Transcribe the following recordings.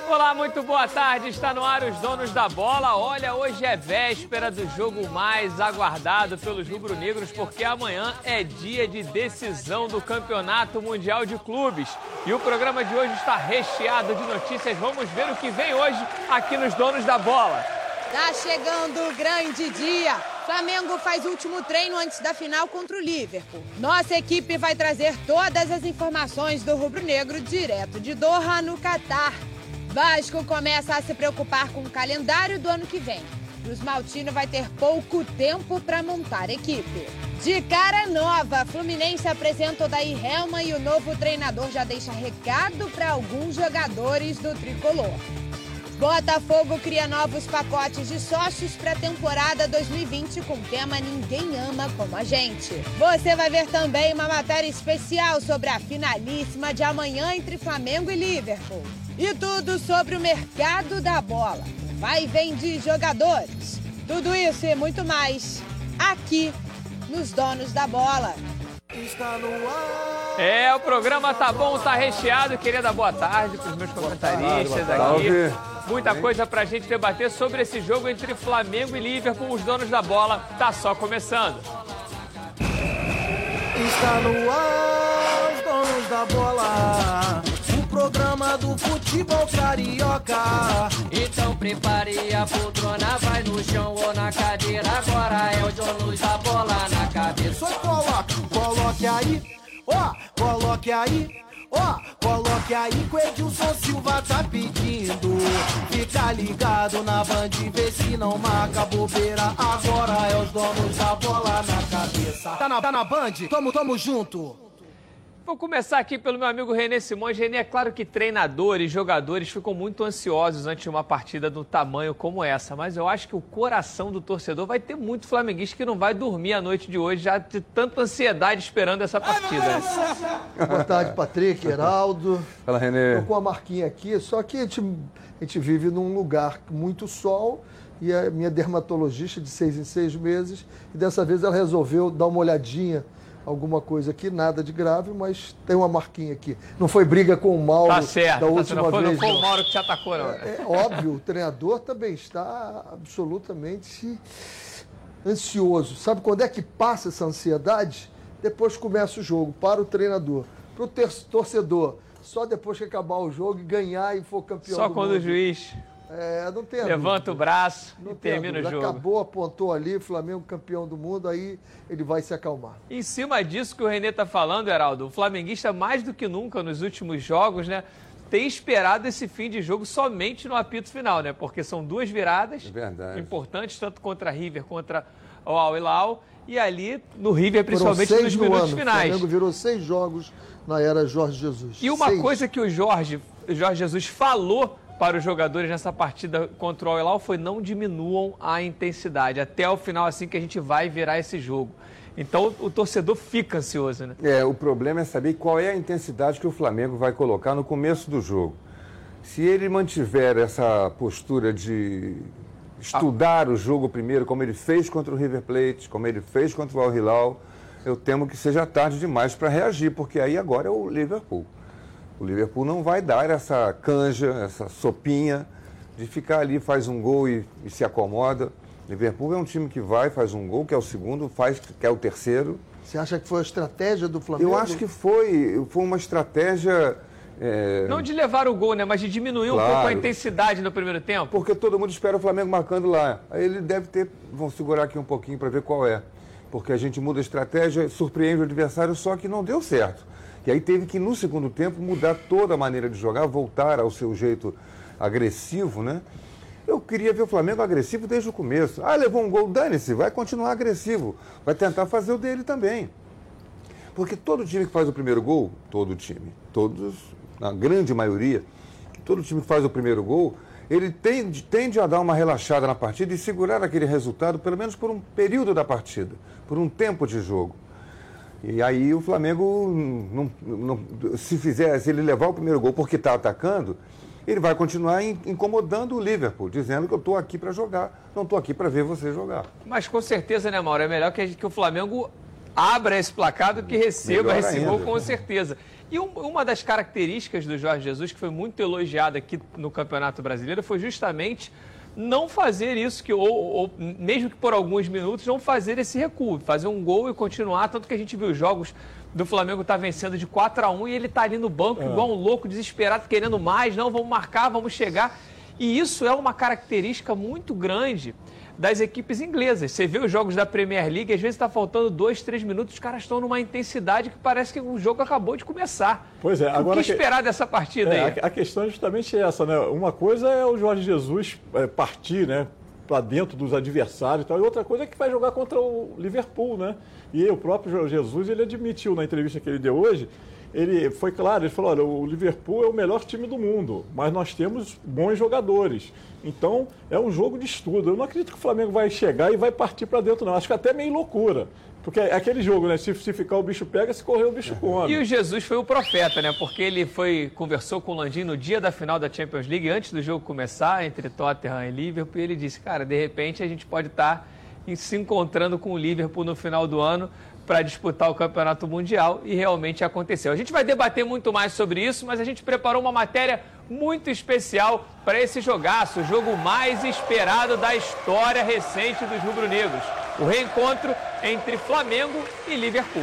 Olá, muito boa tarde. Está no ar os Donos da Bola. Olha, hoje é véspera do jogo mais aguardado pelos rubro-negros, porque amanhã é dia de decisão do Campeonato Mundial de Clubes. E o programa de hoje está recheado de notícias. Vamos ver o que vem hoje aqui nos Donos da Bola. Tá chegando o grande dia. Flamengo faz o último treino antes da final contra o Liverpool. Nossa equipe vai trazer todas as informações do rubro-negro direto de Doha, no Catar. Vasco começa a se preocupar com o calendário do ano que vem. Cruz Maltino vai ter pouco tempo para montar a equipe. De cara nova, Fluminense apresenta Odair Hellmann e o novo treinador já deixa recado para alguns jogadores do tricolor. Botafogo cria novos pacotes de sócios para a temporada 2020 com o tema Ninguém Ama Como a Gente. Você vai ver também uma matéria especial sobre a finalíssima de amanhã entre Flamengo e Liverpool. E tudo sobre o mercado da bola. Vai e vem de jogadores. Tudo isso e muito mais aqui nos Donos da Bola. Está no ar. É, o programa tá bom, tá recheado. Queria dar boa tarde para os meus comentaristas aqui. Muita coisa pra gente debater sobre esse jogo entre Flamengo e Liverpool. Os Donos da Bola tá só começando. Está no ar, os Donos da Bola. O programa do futebol carioca. Então prepare a poltrona, vai no chão ou na cadeira. Agora é o Donos da Bola na cabeça. Só coloque aí, ó, coloque aí. Coloque aí que o Edilson Silva tá pedindo. Fica ligado na Band, vê se não marca bobeira. Agora é os Donos da Bola na cabeça. Tá na Band? Tamo junto. Vou começar aqui pelo meu amigo René Simões. René, é claro que treinadores, jogadores ficam muito ansiosos antes de uma partida do tamanho como essa, mas eu acho que o coração do torcedor vai ter muito flamenguista que não vai dormir a noite de hoje, já de tanta ansiedade esperando essa partida. Boa tarde, Patrick, Heraldo. Fala, René. Tô com a marquinha aqui, só que a gente vive num lugar com muito sol e a minha dermatologista de 6 em 6 meses, e dessa vez ela resolveu dar uma olhadinha, alguma coisa aqui, nada de grave, mas tem uma marquinha aqui. Não foi briga com o Mauro tá certo, da última vez. Não foi o Mauro que te atacou, não. É óbvio, o treinador também está absolutamente ansioso. Sabe quando é que passa essa ansiedade? Depois começa o jogo, para o treinador. Para o torcedor, só depois que acabar o jogo e ganhar e for campeão do mundo. Só quando o juiz não tem levanta dúvida. o braço Não e termina o jogo. Acabou, apontou ali, Flamengo campeão do mundo, aí ele vai se acalmar. Em cima disso que o René está falando, Heraldo, o flamenguista mais do que nunca nos últimos jogos, né, tem esperado esse fim de jogo somente no apito final, né? Porque são duas viradas importantes, tanto contra a River, contra o Al Hilal, e ali no River, principalmente nos minutos finais. O Flamengo virou 6 jogos na era Jorge Jesus. E uma coisa que o Jorge Jesus falou para os jogadores nessa partida contra o Al Hilal foi: não diminuam a intensidade até o final, assim que a gente vai virar esse jogo. Então o torcedor fica ansioso, né? O problema é saber qual é a intensidade que o Flamengo vai colocar no começo do jogo. Se ele mantiver essa postura de estudar o jogo primeiro, como ele fez contra o River Plate, como ele fez contra o Al Hilal, eu temo que seja tarde demais para reagir, porque aí agora é o Liverpool. O Liverpool não vai dar essa canja, essa sopinha de ficar ali, faz um gol e se acomoda. O Liverpool é um time que vai, faz um gol, que é o segundo, que é o terceiro. Você acha que foi a estratégia do Flamengo? Eu acho que foi uma estratégia... Não de levar o gol, né? Mas de diminuir um pouco a intensidade no primeiro tempo. Porque todo mundo espera o Flamengo marcando lá. Aí ele deve ter... Vamos segurar aqui um pouquinho para ver qual é. Porque a gente muda a estratégia, surpreende o adversário, só que não deu certo. E aí teve que, no segundo tempo, mudar toda a maneira de jogar, voltar ao seu jeito agressivo, né? Eu queria ver o Flamengo agressivo desde o começo. Levou um gol, dane-se, vai continuar agressivo. Vai tentar fazer o dele também. Porque todo time que faz o primeiro gol, na grande maioria, todo time que faz o primeiro gol, ele tende a dar uma relaxada na partida e segurar aquele resultado, pelo menos por um período da partida, por um tempo de jogo. E aí o Flamengo, se ele levar o primeiro gol porque está atacando, ele vai continuar incomodando o Liverpool, dizendo que eu estou aqui para jogar, não estou aqui para ver você jogar. Mas com certeza, né, Mauro, é melhor que o Flamengo abra esse placar do que receba esse gol, com certeza. E uma das características do Jorge Jesus, que foi muito elogiada aqui no Campeonato Brasileiro, foi justamente não fazer isso, ou mesmo que por alguns minutos, não fazer esse recuo, fazer um gol e continuar, tanto que a gente viu os jogos do Flamengo tá vencendo de 4-1 e ele tá ali no banco igual um louco, desesperado, querendo mais, não, vamos marcar, vamos chegar. E isso é uma característica muito grande das equipes inglesas. Você vê os jogos da Premier League, às vezes está faltando 2, 3 minutos, os caras estão numa intensidade que parece que o jogo acabou de começar. Pois é. Agora o que esperar dessa partida aí? A questão é justamente essa, né? Uma coisa é o Jorge Jesus partir, né, para dentro dos adversários e tal, e outra coisa é que vai jogar contra o Liverpool, né? E o próprio Jorge Jesus, ele admitiu na entrevista que ele deu hoje, ele foi claro, ele falou, olha, o Liverpool é o melhor time do mundo, mas nós temos bons jogadores. Então, é um jogo de estudo. Eu não acredito que o Flamengo vai chegar e vai partir para dentro, não. Acho que até meio loucura. Porque é aquele jogo, né? Se ficar o bicho pega, se correr o bicho come. E o Jesus foi o profeta, né? Porque ele conversou com o Landim no dia da final da Champions League, antes do jogo começar, entre Tottenham e Liverpool, e ele disse, cara, de repente a gente pode estar se encontrando com o Liverpool no final do ano para disputar o Campeonato Mundial, e realmente aconteceu. A gente vai debater muito mais sobre isso, mas a gente preparou uma matéria muito especial para esse jogaço, o jogo mais esperado da história recente dos rubro-negros. O reencontro entre Flamengo e Liverpool.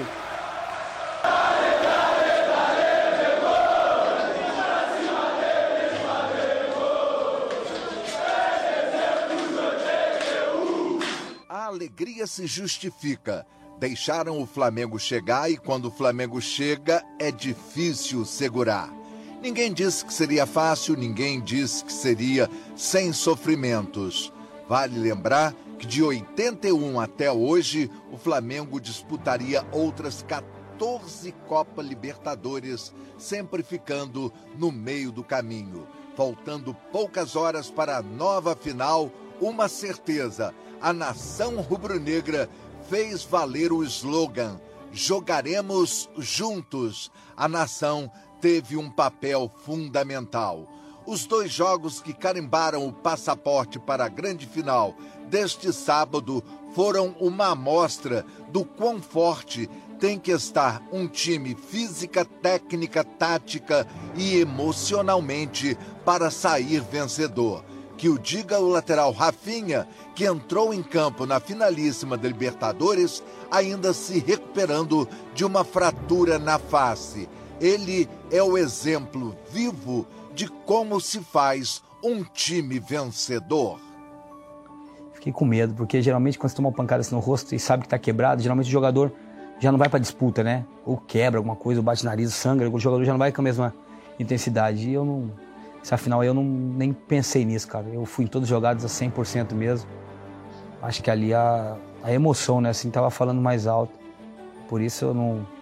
A alegria se justifica. Deixaram o Flamengo chegar e quando o Flamengo chega é difícil segurar. Ninguém disse que seria fácil, ninguém disse que seria sem sofrimentos. Vale lembrar que de 81 até hoje, o Flamengo disputaria outras 14 Copa Libertadores, sempre ficando no meio do caminho. Faltando poucas horas para a nova final, uma certeza, a nação rubro-negra fez valer o slogan, jogaremos juntos. A nação teve um papel fundamental. Os 2 jogos que carimbaram o passaporte para a grande final deste sábado foram uma amostra do quão forte tem que estar um time física, técnica, tática e emocionalmente para sair vencedor. Que o diga o lateral Rafinha, que entrou em campo na finalíssima da Libertadores, ainda se recuperando de uma fratura na face. Ele é o exemplo vivo de como se faz um time vencedor. Fiquei com medo, porque geralmente quando você toma uma pancada assim no rosto e sabe que está quebrado, geralmente o jogador já não vai para disputa, né? Ou quebra alguma coisa, ou bate nariz, sangra, o jogador já não vai com a mesma intensidade. E eu não... Essa final eu nem pensei nisso, cara. Eu fui em todos os jogados a 100% mesmo. Acho que ali a emoção, né, assim, tava falando mais alto. Por isso eu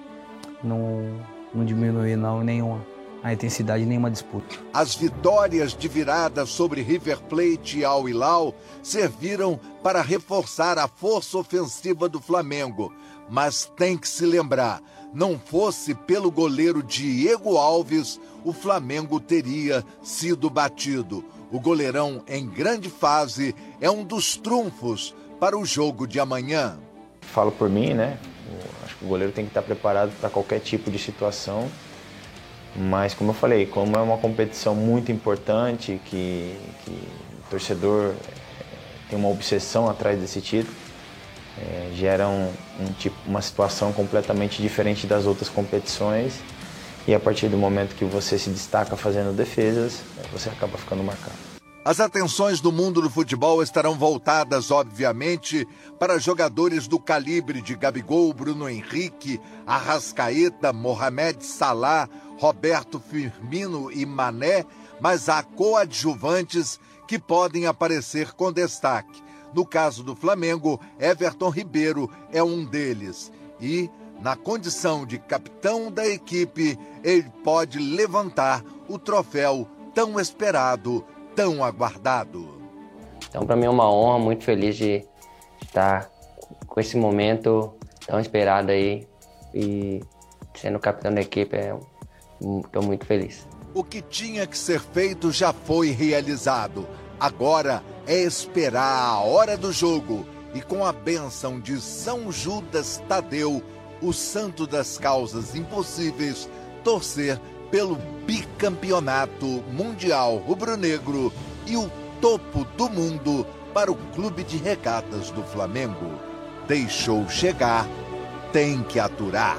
não diminuí a intensidade em nenhuma disputa. As vitórias de virada sobre River Plate e Al Hilal serviram para reforçar a força ofensiva do Flamengo. Mas tem que se lembrar, não fosse pelo goleiro Diego Alves, o Flamengo teria sido batido. O goleirão em grande fase é um dos trunfos para o jogo de amanhã. Falo por mim, né? Acho que o goleiro tem que estar preparado para qualquer tipo de situação. Mas, como eu falei, como é uma competição muito importante, que o torcedor tem uma obsessão atrás desse título, gera uma situação completamente diferente das outras competições. E a partir do momento que você se destaca fazendo defesas, você acaba ficando marcado. As atenções do mundo do futebol estarão voltadas, obviamente, para jogadores do calibre de Gabigol, Bruno Henrique, Arrascaeta, Mohamed Salah, Roberto Firmino e Mané, mas há coadjuvantes que podem aparecer com destaque. No caso do Flamengo, Everton Ribeiro é um deles. E, na condição de capitão da equipe, ele pode levantar o troféu tão esperado, tão aguardado. Então, para mim é uma honra, muito feliz de estar com esse momento tão esperado aí e sendo capitão da equipe, estou muito feliz. O que tinha que ser feito já foi realizado. Agora é esperar a hora do jogo e com a bênção de São Judas Tadeu, o santo das causas impossíveis, torcer pelo bicampeonato mundial rubro-negro e o topo do mundo para o Clube de Regatas do Flamengo. Deixou chegar, tem que aturar.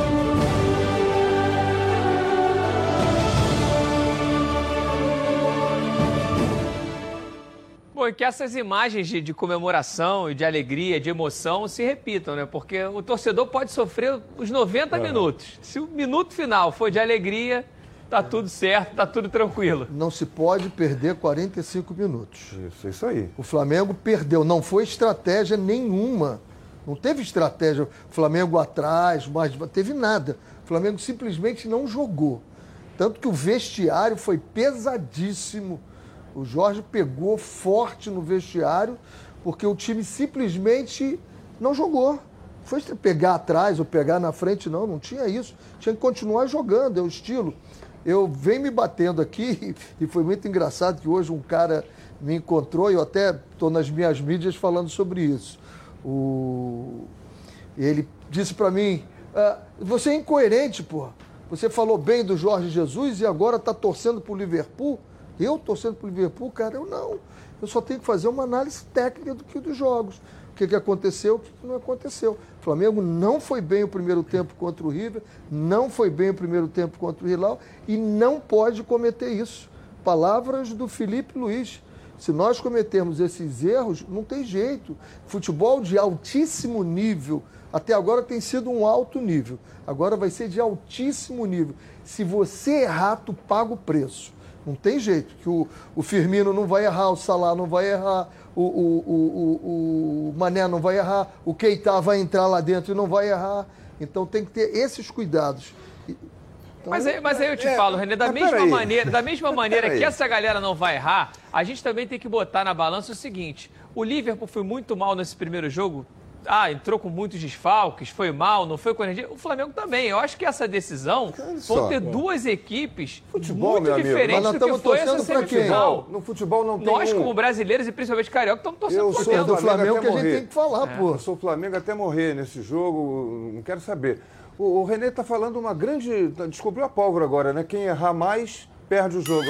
Bom, e que essas imagens de comemoração e de alegria, de emoção se repitam, né? Porque o torcedor pode sofrer os 90 minutos. Se o minuto final for de alegria, tá tudo certo, tá tudo tranquilo. Não se pode perder 45 minutos. Isso aí. O Flamengo perdeu, não foi estratégia nenhuma. Não teve estratégia, Flamengo atrás, mas não teve nada. O Flamengo simplesmente não jogou. Tanto que o vestiário foi pesadíssimo. O Jorge pegou forte no vestiário, porque o time simplesmente não jogou. Foi pegar atrás ou pegar na frente, não tinha isso. Tinha que continuar jogando, é o estilo. Eu venho me batendo aqui, e foi muito engraçado que hoje um cara me encontrou, e eu até estou nas minhas mídias falando sobre isso. Ele disse para mim, você é incoerente, pô. Você falou bem do Jorge Jesus e agora está torcendo para o Liverpool? Eu torcendo para o Liverpool, cara, eu não. Eu só tenho que fazer uma análise técnica dos jogos. O que aconteceu, o que não aconteceu. O Flamengo não foi bem o primeiro tempo contra o River, não foi bem o primeiro tempo contra o Hilal e não pode cometer isso. Palavras do Felipe Luiz. Se nós cometermos esses erros, não tem jeito. Futebol de altíssimo nível, até agora tem sido um alto nível. Agora vai ser de altíssimo nível. Se você errar, tu paga o preço. Não tem jeito, que o Firmino não vai errar, o Salah não vai errar, o Mané não vai errar, o Keita vai entrar lá dentro e não vai errar. Então tem que ter esses cuidados. Então, mas aí eu te falo, René, da mesma maneira que essa galera não vai errar, a gente também tem que botar na balança o seguinte, o Liverpool foi muito mal nesse primeiro jogo, entrou com muitos desfalques, foi mal, não foi com energia. O Flamengo também. Eu acho que essa decisão vão ter duas equipes muito diferentes do que foi essa semifinal. No futebol não tem Nós, como brasileiros e principalmente carioca, estamos torcendo pro Flamengo. Do Flamengo que a gente tem que falar, pô. Eu sou Flamengo até morrer nesse jogo, não quero saber. O René está falando uma grande... Descobriu a pólvora agora, né? Quem errar mais, perde o jogo.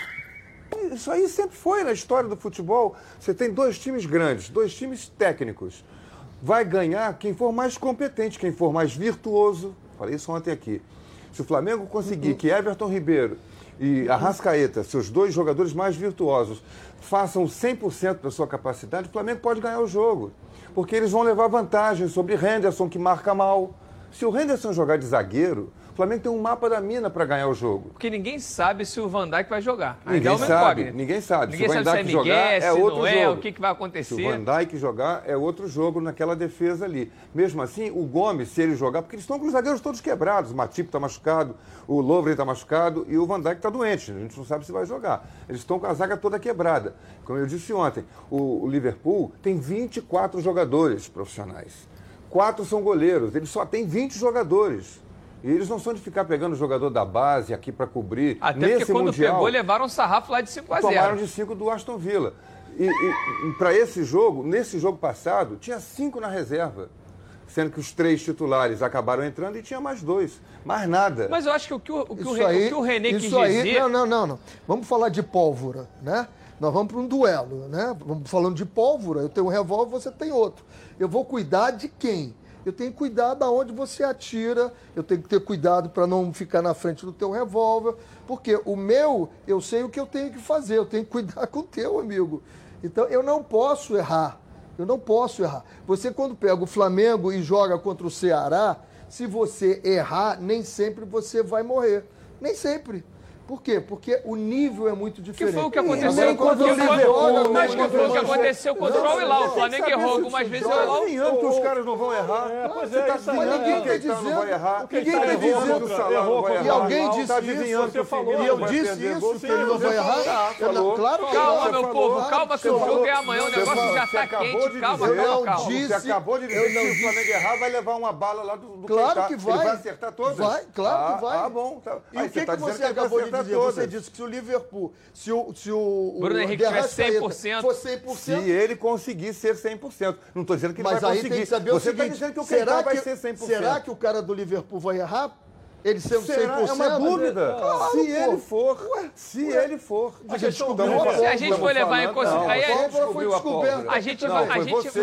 Isso aí sempre foi na história do futebol. Você tem dois times grandes, dois times técnicos. Vai ganhar quem for mais competente, quem for mais virtuoso. Falei isso ontem aqui. Se o Flamengo conseguir que Everton Ribeiro e Arrascaeta, seus dois jogadores mais virtuosos, façam 100% da sua capacidade, o Flamengo pode ganhar o jogo. Porque eles vão levar vantagem sobre Henderson, que marca mal. Se o Henderson jogar de zagueiro, o Flamengo tem um mapa da mina para ganhar o jogo. Porque ninguém sabe se o Van Dijk vai jogar. Ninguém sabe. Ninguém sabe. Se o Van Dijk jogar, é outro jogo. O que vai acontecer? Se o Van Dijk jogar, é outro jogo naquela defesa ali. Mesmo assim, o Gomes, se ele jogar, porque eles estão com os zagueiros todos quebrados. O Matip está machucado, o Lovren está machucado e o Van Dijk está doente. A gente não sabe se vai jogar. Eles estão com a zaga toda quebrada. Como eu disse ontem, o Liverpool tem 24 jogadores profissionais. 4 são goleiros. Ele só tem 20 jogadores. E eles não são de ficar pegando o jogador da base aqui para cobrir. Até nesse porque quando Mundial, pegou, levaram um sarrafo lá de 5-0. Tomaram de 5 do Aston Villa. E para esse jogo, nesse jogo passado, tinha 5 na reserva. Sendo que os 3 titulares acabaram entrando e tinha mais 2. Mais nada. Mas eu acho que o que o René quis dizer... Não. Vamos falar de pólvora, né? Nós vamos para um duelo, né? Vamos falando de pólvora. Eu tenho um revólver, você tem outro. Eu vou cuidar de quem? Eu tenho que cuidar de onde você atira, eu tenho que ter cuidado para não ficar na frente do teu revólver, porque o meu, eu sei o que eu tenho que fazer, eu tenho que cuidar com o teu, amigo. Então, eu não posso errar, Você, quando pega o Flamengo e joga contra o Ceará, se você errar, nem sempre você vai morrer. Nem sempre. Por quê? Porque o nível é muito diferente. Que foi o que aconteceu contra o Liverpool. Mas que foi o que aconteceu contra o Hilal. O Flamengo errou algumas vezes. Adivinhando que os caras não vão errar. Pois é, isso aí. Ninguém está dizendo. Não vai errar. Ninguém está dizendo que o Salah não vai errar. E alguém disse isso. Você falou. E eu disse isso, que ele não vai errar. Claro que calma, meu povo. Calma que o jogo é amanhã. O negócio já está quente. Calma. Você acabou de dizer que se o Flamengo errar, vai levar uma bala lá do Claro que vai. Ele vai acertar todas? Vai, claro que vai. Ah, bom. E o que você acabou de dizer? Você disse que se o Liverpool, se o Bruno Henrique tivesse 100%, fosse 100%... Se ele conseguir ser 100%. Não estou dizendo que ele vai conseguir. Tem que saber você o seguinte, está dizendo que o Keita vai ser 100%. Será que o cara do Liverpool vai errar? Ele sendo 100%? É uma dúvida. Claro, se ele for. Se ele for. Se a gente for levar em consideração... Foi descoberto. A gente não, foi você.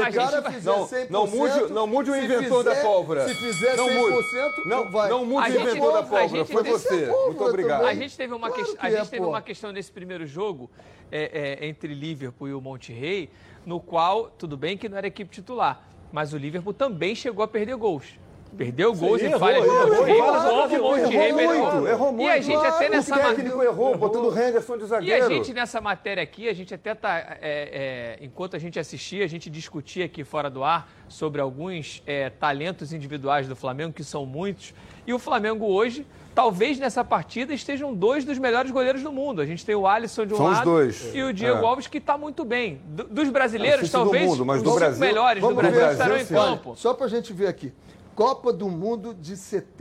Não mude o inventor da pólvora. Se fizer 100%, não vai. Não mude o inventor da pólvora. Foi você. Muito obrigado. A gente teve uma questão nesse primeiro jogo entre Liverpool e o Monterrey, no qual, tudo bem que não era equipe titular, mas o Liverpool também chegou a perder gols. Perdeu gols em falhas do Monterrey. Errou muito. E a gente até nessa... O técnico errou, botando o Henderson de zagueiro. E a gente nessa matéria aqui, a gente até tá... enquanto a gente assistia, a gente discutia aqui fora do ar sobre alguns talentos individuais do Flamengo, que são muitos. E o Flamengo hoje, talvez nessa partida, estejam 2 dos melhores goleiros do mundo. A gente tem o Alisson de um lado e o Diego Alves, que está muito bem. Dos brasileiros, talvez os 5 melhores do Brasil estarão em campo. Só para a gente ver aqui. Copa do Mundo de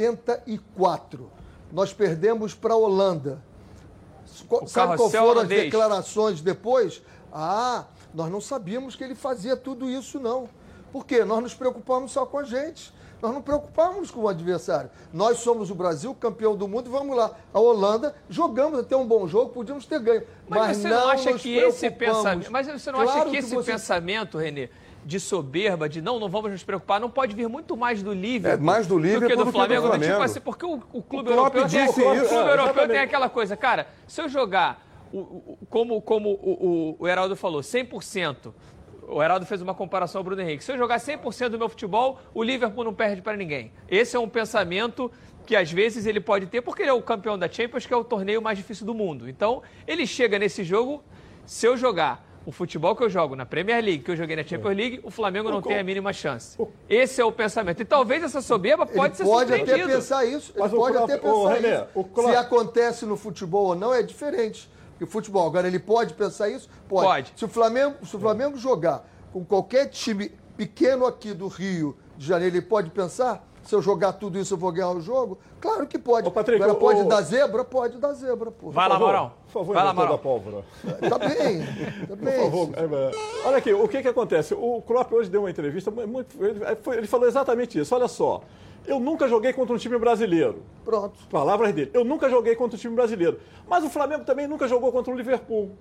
74. Nós perdemos para a Holanda. Sabe qual foram as declarações depois? Nós não sabíamos que ele fazia tudo isso, não. Por quê? Nós nos preocupamos só com a gente. Nós não preocupamos com o adversário. Nós somos o Brasil, campeão do mundo, e vamos lá. A Holanda, jogamos até um bom jogo, podíamos ter ganho. Mas você não acha que esse pensamento... Mas você não acha que esse pensamento, Renê, de soberba, de não vamos nos preocupar, não pode vir muito mais do Liverpool, mais do Liverpool do que do Flamengo. Tipo assim, porque o clube europeu tem aquela coisa, cara, se eu jogar, como o Heraldo falou, 100%, o Heraldo fez uma comparação ao Bruno Henrique, se eu jogar 100% do meu futebol, o Liverpool não perde para ninguém. Esse é um pensamento que às vezes ele pode ter, porque ele é o campeão da Champions, que é o torneio mais difícil do mundo. Então, ele chega nesse jogo, se eu jogar o futebol que eu jogo na Premier League, que eu joguei na Champions League, o Flamengo não tem a mínima chance. Esse é o pensamento. E talvez essa soberba pode ser surpreendido. Ele pode até pensar isso. Ele pode até pensar isso. Se acontece no futebol ou não, é diferente. E o futebol, agora, ele pode pensar isso? Pode. Se o Flamengo jogar com qualquer time pequeno aqui do Rio de Janeiro, ele pode pensar? Se eu jogar tudo isso, eu vou ganhar o jogo? Claro que pode. Patrick, agora, pode dar zebra? Pode dar zebra, pô. Vai lá, Maurão. Por favor, vai lá, Maurão. Da pólvora. Tá bem. Por favor. Olha aqui, o que acontece? O Klopp hoje deu uma entrevista, ele falou exatamente isso. Olha só, eu nunca joguei contra um time brasileiro. Pronto. Palavras dele. Eu nunca joguei contra um time brasileiro. Mas o Flamengo também nunca jogou contra o Liverpool.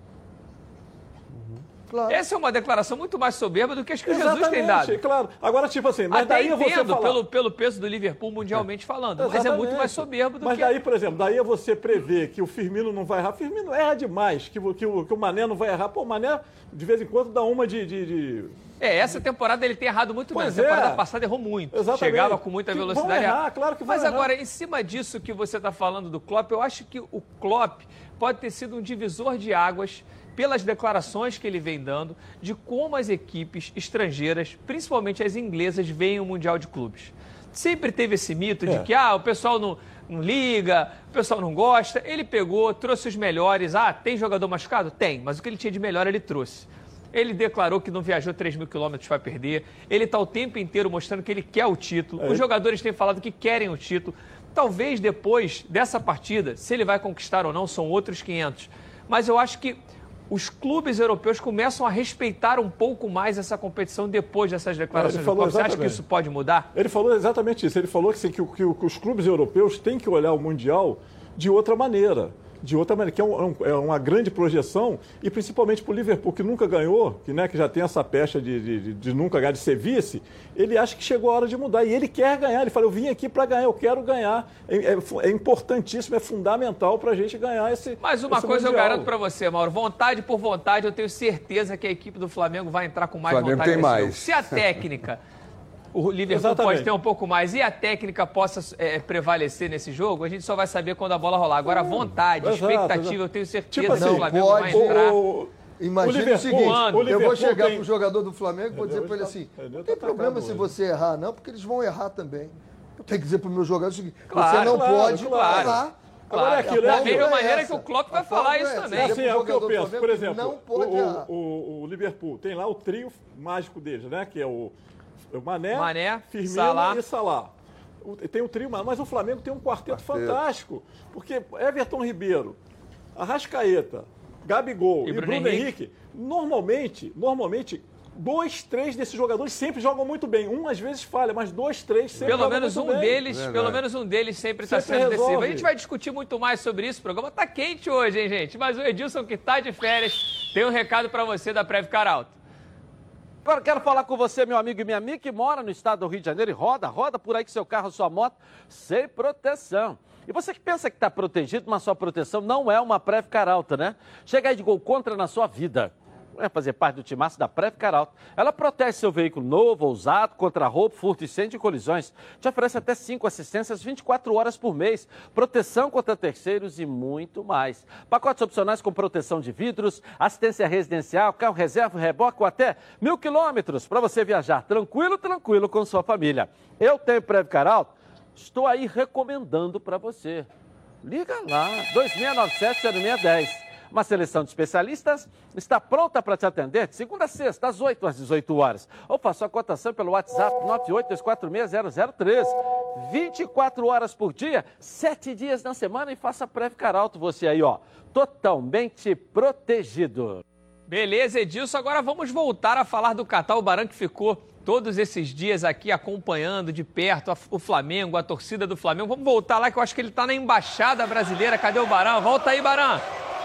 Claro. Essa é uma declaração muito mais soberba do que as que o Jesus tem dado. Claro. Agora, tipo assim, mas até daí você falar... pelo peso do Liverpool mundialmente falando, mas é muito mais soberbo do que... Mas daí, por exemplo, daí você prever que o Firmino não vai errar. Firmino erra demais, que o Mané não vai errar. Pô, o Mané, de vez em quando, dá uma de... essa temporada ele tem errado muito menos. A temporada passada errou muito. Exatamente. Chegava com muita velocidade. Vão errar, claro que vão Mas errar. agora, em cima disso que você está falando do Klopp, eu acho que o Klopp pode ter sido um divisor de águas pelas declarações que ele vem dando de como as equipes estrangeiras, principalmente as inglesas, veem o Mundial de Clubes. Sempre teve esse mito de que o pessoal não liga, o pessoal não gosta. Ele pegou, trouxe os melhores. Tem jogador machucado? Tem, mas o que ele tinha de melhor ele trouxe. Ele declarou que não viajou 3.000 quilômetros para perder. Ele está o tempo inteiro mostrando que ele quer o título. Os jogadores têm falado que querem o título. Talvez depois dessa partida, se ele vai conquistar ou não, são outros 500. Mas eu acho que os clubes europeus começam a respeitar um pouco mais essa competição depois dessas declarações. Você acha que isso pode mudar? Ele falou exatamente isso. Ele falou que os clubes europeus têm que olhar o Mundial de outra maneira. Que é uma grande projeção, e principalmente para o Liverpool, que nunca ganhou, que já tem essa pecha de nunca ganhar, de ser vice, ele acha que chegou a hora de mudar. E ele quer ganhar. Ele fala, eu vim aqui para ganhar, eu quero ganhar. É importantíssimo, é fundamental para a gente ganhar esse Mas uma coisa mundial. Eu garanto para você, Mauro, vontade por vontade, eu tenho certeza que a equipe do Flamengo vai entrar com mais Flamengo vontade. Tem mais. Jogo. Se a técnica... O Liverpool pode ter um pouco mais e a técnica possa prevalecer nesse jogo, a gente só vai saber quando a bola rolar. Agora, a vontade, expectativa, eu tenho certeza que o Flamengo vai entrar. Imagina o seguinte, eu vou chegar pro jogador do Flamengo e vou dizer para ele assim, não tem problema se você errar, não, porque eles vão errar também. Eu tenho que dizer pro meu jogador o seguinte, você não pode errar. Agora é aquilo, da mesma maneira que o Klopp vai falar isso também. Assim é o que eu penso. Por exemplo, o Liverpool tem lá o trio mágico deles, né? Que é o Mané, Firmino e Salah. Tem o trio, mas o Flamengo tem um quarteto fantástico. Porque Everton Ribeiro, Arrascaeta, Gabigol e Bruno Henrique, normalmente, 2, 3 desses jogadores sempre jogam muito bem. Um às vezes falha, mas 2, 3 sempre pelo jogam menos muito um bem. deles, pelo menos um deles sempre está sendo decisivo. A gente vai discutir muito mais sobre isso. O programa tá quente hoje, hein, gente? Mas o Edilson, que tá de férias, tem um recado para você da Previcar Alto. Agora quero falar com você, meu amigo e minha amiga, que mora no estado do Rio de Janeiro e roda por aí com seu carro, sua moto, sem proteção. E você que pensa que está protegido, mas sua proteção não é uma Previcar Alto, né? Chega aí de Gol Contra na sua vida. É fazer parte do timaço da Previcar Alto. Ela protege seu veículo novo ou usado contra roubo, furto, incêndio e colisões. Te oferece até 5 assistências 24 horas por mês, proteção contra terceiros e muito mais. Pacotes opcionais com proteção de vidros, assistência residencial, carro reserva, reboque ou até 1.000 quilômetros para você viajar tranquilo com sua família. Eu tenho Previcar Alto, estou aí recomendando para você. Liga lá, 2697-0610. Uma seleção de especialistas está pronta para te atender de segunda a sexta, das 8 às 18 horas. Ou faça a cotação pelo WhatsApp 982460013. 24 horas por dia, 7 dias na semana e faça Previcar Alto você aí, ó. Totalmente protegido. Beleza, Edilson. Agora vamos voltar a falar do Catar. O Baran que ficou todos esses dias aqui acompanhando de perto o Flamengo, a torcida do Flamengo. Vamos voltar lá que eu acho que ele está na Embaixada Brasileira. Cadê o Baran? Volta aí, Baran.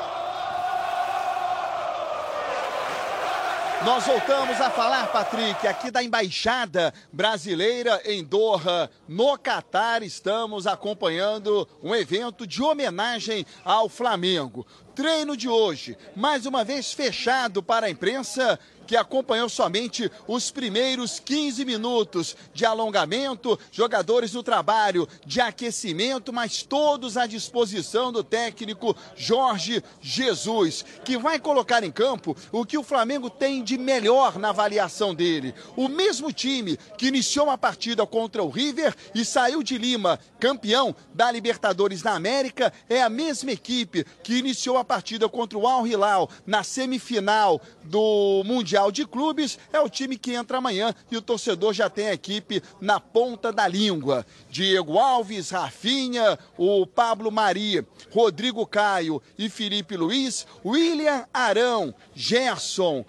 Nós voltamos a falar, Patrick, aqui da Embaixada Brasileira em Doha, no Catar. Estamos acompanhando um evento de homenagem ao Flamengo. Treino de hoje, mais uma vez fechado para a imprensa, que acompanhou somente os primeiros 15 minutos de alongamento, jogadores no trabalho de aquecimento, mas todos à disposição do técnico Jorge Jesus, que vai colocar em campo o que o Flamengo tem de melhor na avaliação dele. O mesmo time que iniciou uma partida contra o River e saiu de Lima campeão da Libertadores da América, é a mesma equipe que iniciou a partida contra o Al Hilal na semifinal do Mundial de Clubes. É o time que entra amanhã e o torcedor já tem a equipe na ponta da língua. Diego Alves, Rafinha, o Pablo Mari, Rodrigo Caio e Felipe Luiz, William Arão, Gerson,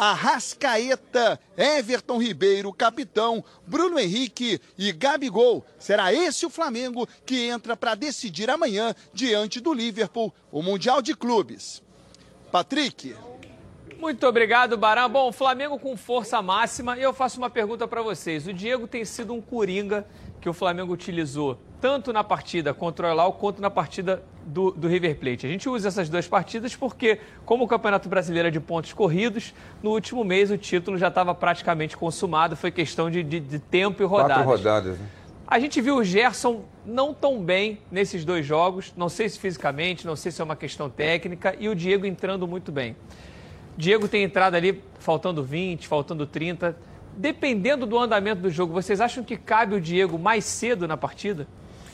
Arrascaeta, Everton Ribeiro, capitão, Bruno Henrique e Gabigol. Será esse o Flamengo que entra para decidir amanhã diante do Liverpool, o Mundial de Clubes. Patrick. Muito obrigado, Baran. Bom, o Flamengo com força máxima. E eu faço uma pergunta para vocês. O Diego tem sido um coringa que o Flamengo utilizou tanto na partida contra o Al-Hilal quanto na partida do River Plate. A gente usa essas duas partidas porque, como o Campeonato Brasileiro é de pontos corridos, no último mês o título já estava praticamente consumado. Foi questão de tempo e rodadas. 4 rodadas, né? A gente viu o Gerson não tão bem nesses 2 jogos. Não sei se fisicamente, não sei se é uma questão técnica. E o Diego entrando muito bem. Diego tem entrado ali faltando 20, faltando 30. Dependendo do andamento do jogo, vocês acham que cabe o Diego mais cedo na partida?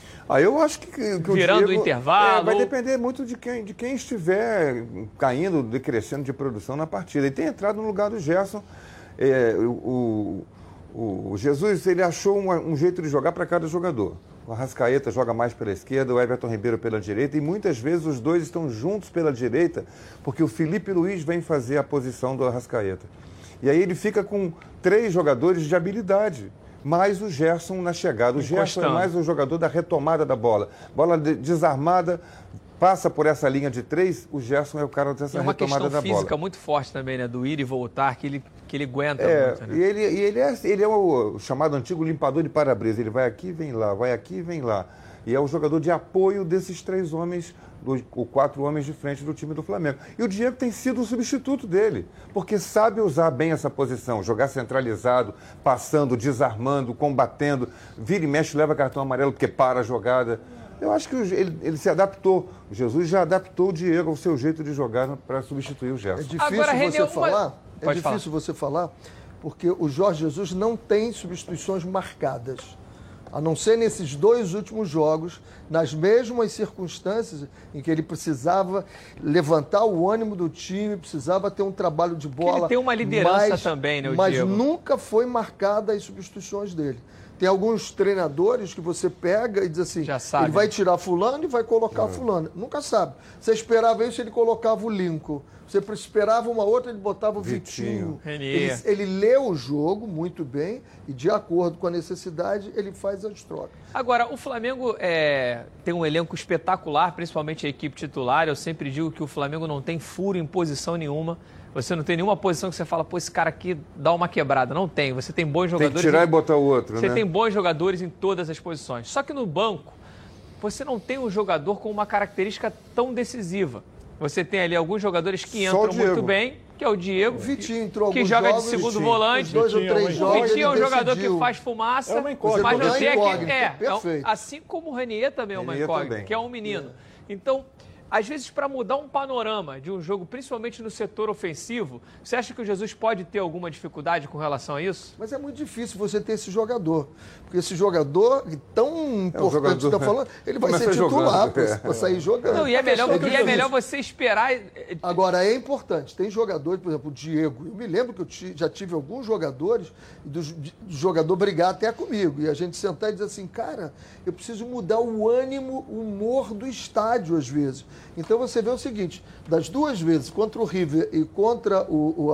Eu acho que o virando Diego, o intervalo. Vai depender muito de quem estiver caindo, decrescendo de produção na partida. Ele tem entrado no lugar do Gerson. O Jesus, ele achou um jeito de jogar para cada jogador. O Arrascaeta joga mais pela esquerda, o Everton Ribeiro pela direita, e muitas vezes os dois estão juntos pela direita, porque o Felipe Luiz vem fazer a posição do Arrascaeta. E aí ele fica com 3 jogadores de habilidade, mais o Gerson na chegada. O Gerson é mais o jogador da retomada da bola. Bola desarmada, passa por essa linha de 3, o Gerson é o cara dessa retomada da bola. É uma questão física muito forte também, né? Do ir e voltar, que ele aguenta muito, né? E ele é o chamado antigo limpador de para-brisa. Ele vai aqui, vem lá, vai aqui, vem lá. E é o jogador de apoio desses 3 homens, ou 4 homens de frente do time do Flamengo. E o Diego tem sido o substituto dele, porque sabe usar bem essa posição, jogar centralizado, passando, desarmando, combatendo, vira e mexe, leva cartão amarelo porque para a jogada. Eu acho que ele se adaptou. O Jesus já adaptou o Diego ao seu jeito de jogar para substituir o Gerson. É difícil você falar, porque o Jorge Jesus não tem substituições marcadas. A não ser nesses 2 últimos jogos, nas mesmas circunstâncias em que ele precisava levantar o ânimo do time, precisava ter um trabalho de bola. Ele tem uma liderança também, né, o mas Diego? nunca foi marcada as substituições dele. Tem alguns treinadores que você pega e diz assim, ele vai tirar fulano e vai colocar fulano. Nunca sabe. Você esperava isso, ele colocava o Lincoln. Você esperava uma outra, ele botava o Vitinho. Ele lê o jogo muito bem e, de acordo com a necessidade, ele faz as trocas. Agora, o Flamengo tem um elenco espetacular, principalmente a equipe titular. Eu sempre digo que o Flamengo não tem furo em posição nenhuma. Você não tem nenhuma posição que você fala, pô, esse cara aqui dá uma quebrada. Não tem. Você tem bons jogadores. Tem que tirar e botar o outro, Você tem bons jogadores em todas as posições. Só que no banco, você não tem um jogador com uma característica tão decisiva. Você tem ali alguns jogadores que entram muito bem, que é o Diego, o Vitinho entrou que joga de segundo volante. O Vitinho é um jogador que faz fumaça, mas não tem aqui. Assim como o Renier também é uma incógnita, que é um menino. Então, às vezes, para mudar um panorama de um jogo, principalmente no setor ofensivo, você acha que o Jesus pode ter alguma dificuldade com relação a isso? Mas é muito difícil você ter esse jogador. Porque esse jogador, tão importante que você está falando, ele vai ser titular para sair jogando. Não, e é melhor você esperar. Agora, é importante. Tem jogadores, por exemplo, o Diego. Eu me lembro que eu já tive alguns jogadores, do jogador brigar até comigo. E a gente sentar e dizer assim, cara, eu preciso mudar o ânimo, o humor do estádio, às vezes. Então você vê o seguinte, das duas vezes, contra o River e contra o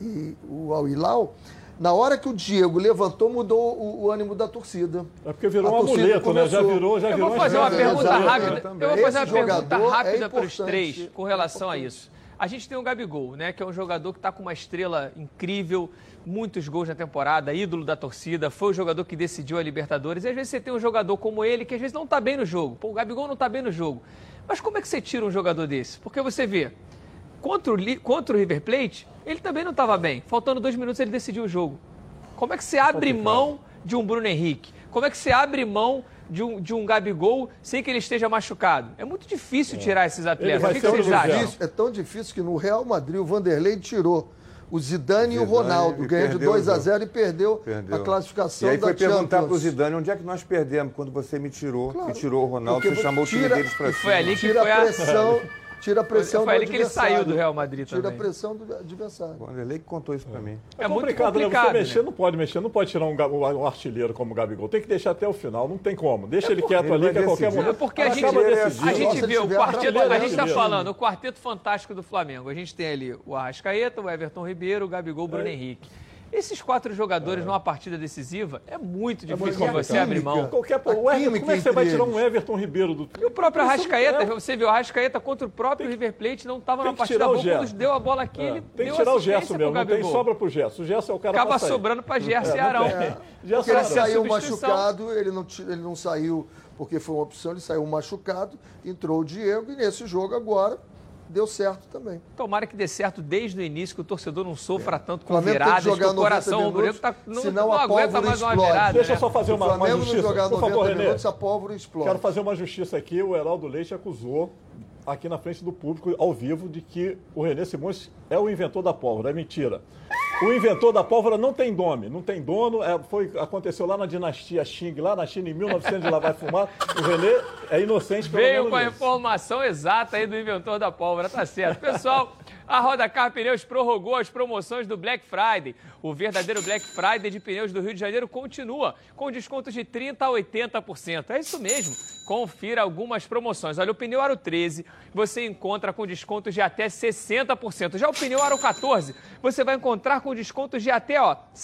Al Hilal, na hora que o Diego levantou, mudou o ânimo da torcida. É porque virou um amuleto, né? Já virou. Eu vou fazer uma pergunta rápida. Eu vou fazer uma pergunta rápida para os três com relação a isso. A gente tem o Gabigol, né? Que é um jogador que está com uma estrela incrível, muitos gols na temporada, ídolo da torcida, foi o jogador que decidiu a Libertadores. E às vezes você tem um jogador como ele que às vezes não está bem no jogo. Pô, o Gabigol não está bem no jogo. Mas como é que você tira um jogador desse? Porque você vê, contra o River Plate, ele também não estava bem. Faltando 2 minutos ele decidiu o jogo. Como é que você abre mão de um Bruno Henrique? Como é que você abre mão de um Gabigol sem que ele esteja machucado? É muito difícil tirar esses atletas. O que vocês acham? É tão difícil que no Real Madrid o Vanderlei tirou o Zidane e o Ronaldo, ganhou de 2-0 e perdeu a classificação da Champions. E aí foi perguntar para o Zidane, onde é que nós perdemos? Quando você me tirou, e tirou o Ronaldo, você chamou o time deles para cima. Foi ali que tira a pressão. Tira a pressão do adversário. Foi ali que ele saiu do Real Madrid também. Tira a pressão do adversário. O Vanderlei que contou isso para mim. É complicado, né? Você mexer, não pode tirar um artilheiro como o Gabigol. Tem que deixar até o final, não tem como. Deixa ele quieto ali, que a qualquer momento. Porque a gente vê o quarteto, a gente está falando, o quarteto fantástico do Flamengo. A gente tem ali o Arrascaeta, o Everton Ribeiro, o Gabigol, o Bruno Henrique. Esses 4 jogadores numa partida decisiva é muito difícil você abrir mão. Como é que você vai tirar um Everton Ribeiro do... E o próprio Arrascaeta, você viu, o Arrascaeta contra o próprio River Plate não estava na partida boa, quando deu a bola aqui, ele tem que tirar o Gerson mesmo, não tem sobra pro Gerson. O Gerson é o cara acaba sobrando para Gerson e Arão. Porque ele saiu machucado, ele não saiu porque foi uma opção, ele saiu machucado, entrou o Diego e nesse jogo agora deu certo também. Tomara que dê certo desde o início, que o torcedor não sofra tanto com viradas, que o coração rubro-negro não aguenta mais uma virada. Deixa eu só fazer uma justiça. Por favor, René, a pólvora explode. Quero fazer uma justiça aqui. O Heraldo Leite acusou, aqui na frente do público, ao vivo, de que o René Simões é o inventor da pólvora. É mentira. O inventor da pólvora não tem nome, não tem dono. Aconteceu lá na dinastia Xing, lá na China, em 1900, de lá vai fumar. O René é inocente, pelo menos. Veio com a informação exata aí do inventor da pólvora, tá certo. Pessoal, a Rodacar Pneus prorrogou as promoções do Black Friday. O verdadeiro Black Friday de pneus do Rio de Janeiro continua, com descontos de 30% a 80%. É isso mesmo. Confira algumas promoções. Olha, o pneu Aro 13 você encontra com descontos de até 60%. Já o pneu Aro 14 você vai encontrar com descontos de até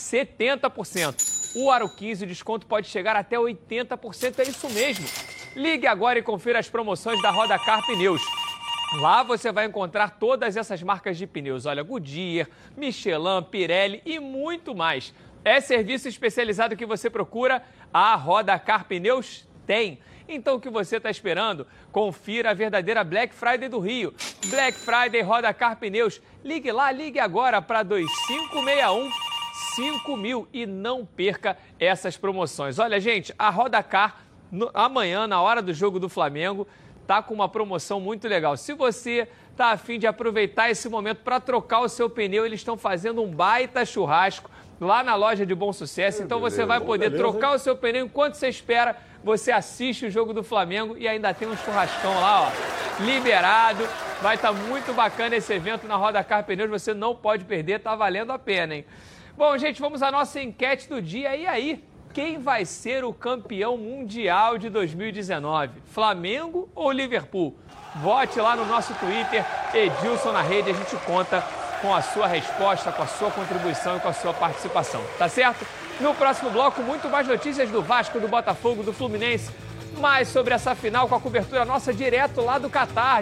70%. O Aro 15 o desconto pode chegar até 80%. É isso mesmo. Ligue agora e confira as promoções da Rodacar Pneus. Lá você vai encontrar todas essas marcas de pneus. Olha, Goodyear, Michelin, Pirelli e muito mais. É serviço especializado que você procura? A Rodacar Pneus tem. Então o que você está esperando? Confira a verdadeira Black Friday do Rio. Black Friday Rodacar Pneus. Ligue lá, ligue agora para 2561 5000 e não perca essas promoções. Olha, gente, a Rodacar amanhã, na hora do jogo do Flamengo, tá com uma promoção muito legal. Se você tá a fim de aproveitar esse momento para trocar o seu pneu, eles estão fazendo um baita churrasco lá na loja de Bom Sucesso. Então você vai poder trocar o seu pneu enquanto você espera, você assiste o jogo do Flamengo e ainda tem um churrascão lá, liberado. Vai estar muito bacana esse evento na Rodacar Pneus, você não pode perder, tá valendo a pena, hein? Bom, gente, vamos à nossa enquete do dia. E aí? quem vai ser o campeão mundial de 2019? Flamengo ou Liverpool? Vote lá no nosso Twitter, Edilson na Rede, a gente conta com a sua resposta, com a sua contribuição e com a sua participação, tá certo? No próximo bloco, muito mais notícias do Vasco, do Botafogo, do Fluminense, mais sobre essa final com a cobertura nossa direto lá do Catar.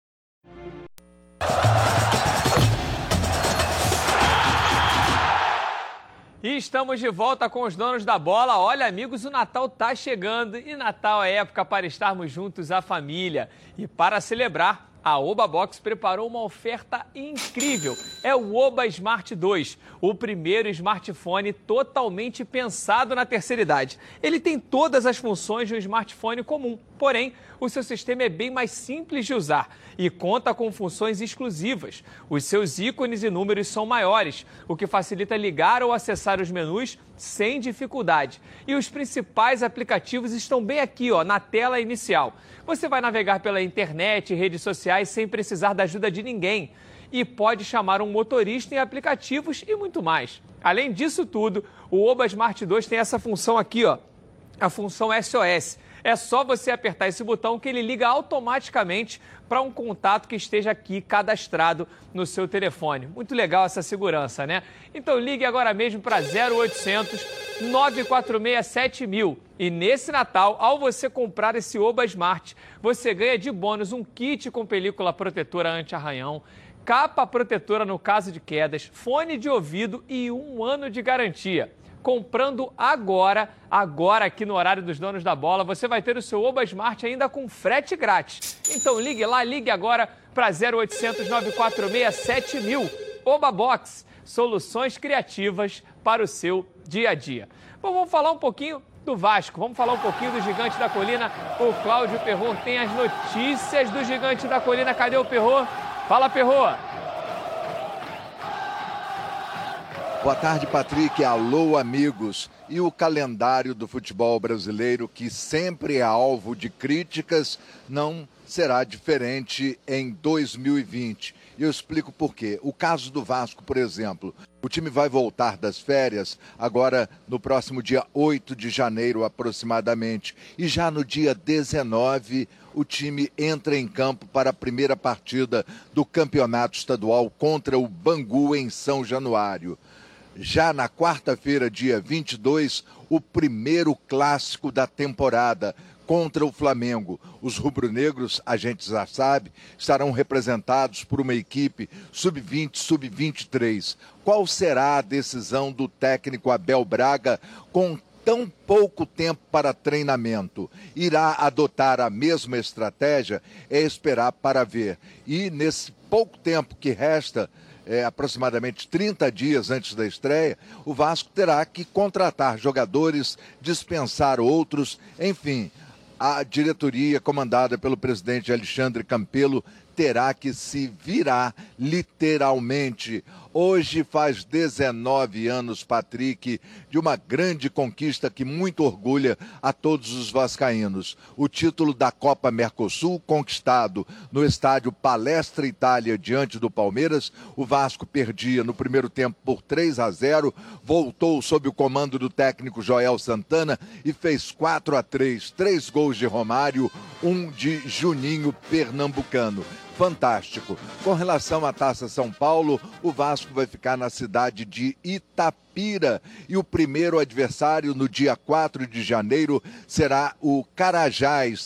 E estamos de volta com os donos da bola. Olha, amigos, o Natal tá chegando e Natal é época para estarmos juntos, a família. E para celebrar, a Oba Box preparou uma oferta incrível. É o Oba Smart 2, o primeiro smartphone totalmente pensado na terceira idade. Ele tem todas as funções de um smartphone comum, porém, o seu sistema é bem mais simples de usar e conta com funções exclusivas. Os seus ícones e números são maiores, o que facilita ligar ou acessar os menus sem dificuldade. E os principais aplicativos estão bem aqui, ó, na tela inicial. Você vai navegar pela internet e redes sociais sem precisar da ajuda de ninguém. E pode chamar um motorista em aplicativos e muito mais. Além disso tudo, o Oba Smart 2 tem essa função aqui, ó, a função SOS. É só você apertar esse botão que ele liga automaticamente para um contato que esteja aqui cadastrado no seu telefone. Muito legal essa segurança, né? Então ligue agora mesmo para 0800 946 7000. E nesse Natal, ao você comprar esse Oba Smart, você ganha de bônus um kit com película protetora anti-arranhão, capa protetora no caso de quedas, fone de ouvido e 1 ano de garantia. Comprando agora aqui no horário dos donos da bola, você vai ter o seu Oba Smart ainda com frete grátis. Então ligue lá, ligue agora para 0800 946 7000. Oba Box, soluções criativas para o seu dia a dia. Bom, vamos falar um pouquinho do Vasco, vamos falar um pouquinho do Gigante da Colina. O Cláudio Perrot tem as notícias do Gigante da Colina. Cadê o Perrot? Fala, Perrot! Boa tarde, Patrick. Alô, amigos. E o calendário do futebol brasileiro, que sempre é alvo de críticas, não será diferente em 2020. E eu explico por quê. O caso do Vasco, por exemplo, o time vai voltar das férias agora no próximo dia 8 de janeiro aproximadamente. E já no dia 19, o time entra em campo para a primeira partida do campeonato estadual contra o Bangu em São Januário. Já na quarta-feira, dia 22, o primeiro clássico da temporada contra o Flamengo. Os rubro-negros, a gente já sabe, estarão representados por uma equipe sub-20, sub-23. Qual será a decisão do técnico Abel Braga com tão pouco tempo para treinamento? Irá adotar a mesma estratégia? É esperar para ver. E nesse pouco tempo que resta, aproximadamente 30 dias antes da estreia, o Vasco terá que contratar jogadores, dispensar outros, enfim, a diretoria comandada pelo presidente Alexandre Campelo terá que se virar literalmente. Hoje faz 19 anos, Patrick, de uma grande conquista que muito orgulha a todos os vascaínos. O título da Copa Mercosul, conquistado no estádio Palestra Itália diante do Palmeiras. O Vasco perdia no primeiro tempo por 3-0, voltou sob o comando do técnico Joel Santana e fez 4-3, 3 gols de Romário, 1 de Juninho Pernambucano. Fantástico. Com relação à Taça São Paulo, o Vasco vai ficar na cidade de Itapira e o primeiro adversário no dia 4 de janeiro será o Carajás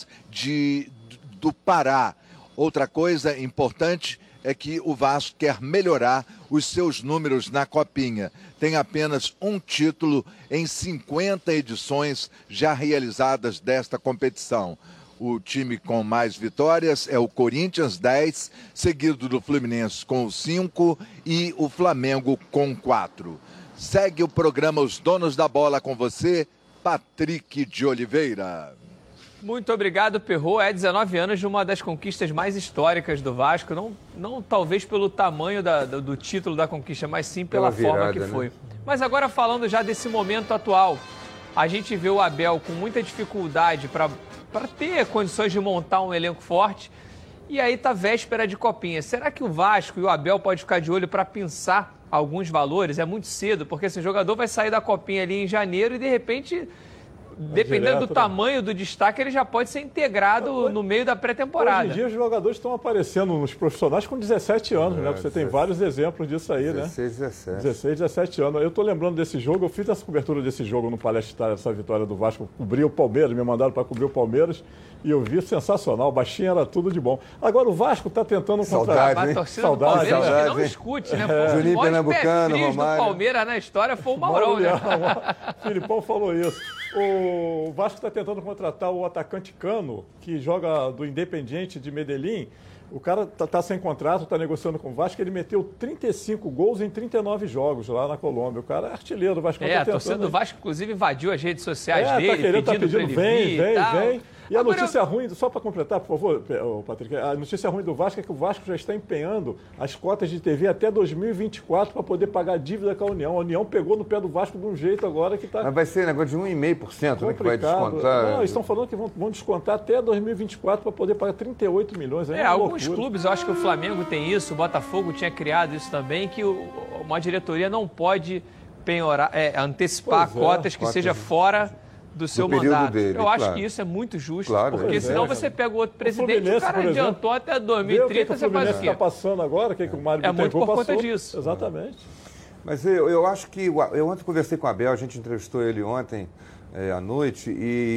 do Pará. Outra coisa importante é que o Vasco quer melhorar os seus números na Copinha. Tem apenas um título em 50 edições já realizadas desta competição. O time com mais vitórias é o Corinthians, 10, seguido do Fluminense com 5 e o Flamengo com 4. Segue o programa Os Donos da Bola com você, Patrick de Oliveira. Muito obrigado, Perrot. 19 anos de uma das conquistas mais históricas do Vasco, não talvez pelo tamanho do título da conquista, mas sim pela forma que foi. Né? Mas agora falando já desse momento atual, a gente vê o Abel com muita dificuldade para ter condições de montar um elenco forte, e aí tá véspera de Copinha. Será que o Vasco e o Abel podem ficar de olho para pensar alguns valores, é muito cedo, porque esse jogador vai sair da Copinha ali em janeiro e, de repente, dependendo do tamanho do destaque, ele já pode ser integrado no meio da pré-temporada. Hoje em dia, os jogadores estão aparecendo nos profissionais com 17 anos, né? Você tem vários exemplos disso aí, 16, né? 17. 16, 17 anos. Eu estou lembrando desse jogo, eu fiz essa cobertura desse jogo no Palestra Itália, essa vitória do Vasco, cobri o Palmeiras, me mandaram para cobrir o Palmeiras, e eu vi sensacional, baixinho era tudo de bom. Agora o Vasco está tentando contratar. A torcida do Palmeiras que não escute, né? Juninho Pernambucano, Romário. Do Palmeiras na história foi o Maurão, né? O Filipão falou isso. O Vasco está tentando contratar o atacante Cano, que joga do Independiente de Medellín. O cara está sem contrato, está negociando com o Vasco. Ele meteu 35 gols em 39 jogos lá na Colômbia. O cara é artilheiro do Vasco. A torcida do Vasco, inclusive, invadiu as redes sociais dele, tá pedindo vem. E a Agora notícia ruim, só para completar, por favor, Patrick, a notícia ruim do Vasco é que o Vasco já está empenhando as cotas de TV até 2024 para poder pagar a dívida com a União. A União pegou no pé do Vasco de um jeito agora que está... Mas vai ser negócio de 1,5%, né, que vai descontar? Não, eles estão falando que vão descontar até 2024 para poder pagar 38 milhões. Alguns clubes, eu acho que o Flamengo tem isso, o Botafogo tinha criado isso também, que uma diretoria não pode penhorar, antecipar cotas que seja fora do seu mandato. Dele, eu acho que isso é muito justo, porque senão você pega o outro presidente, o cara adiantou até 2030, você faz o quê? Está passando agora, que o Mário muito por conta disso. Exatamente. Mas eu acho que, eu ontem conversei com o Abel, a gente entrevistou ele ontem à noite,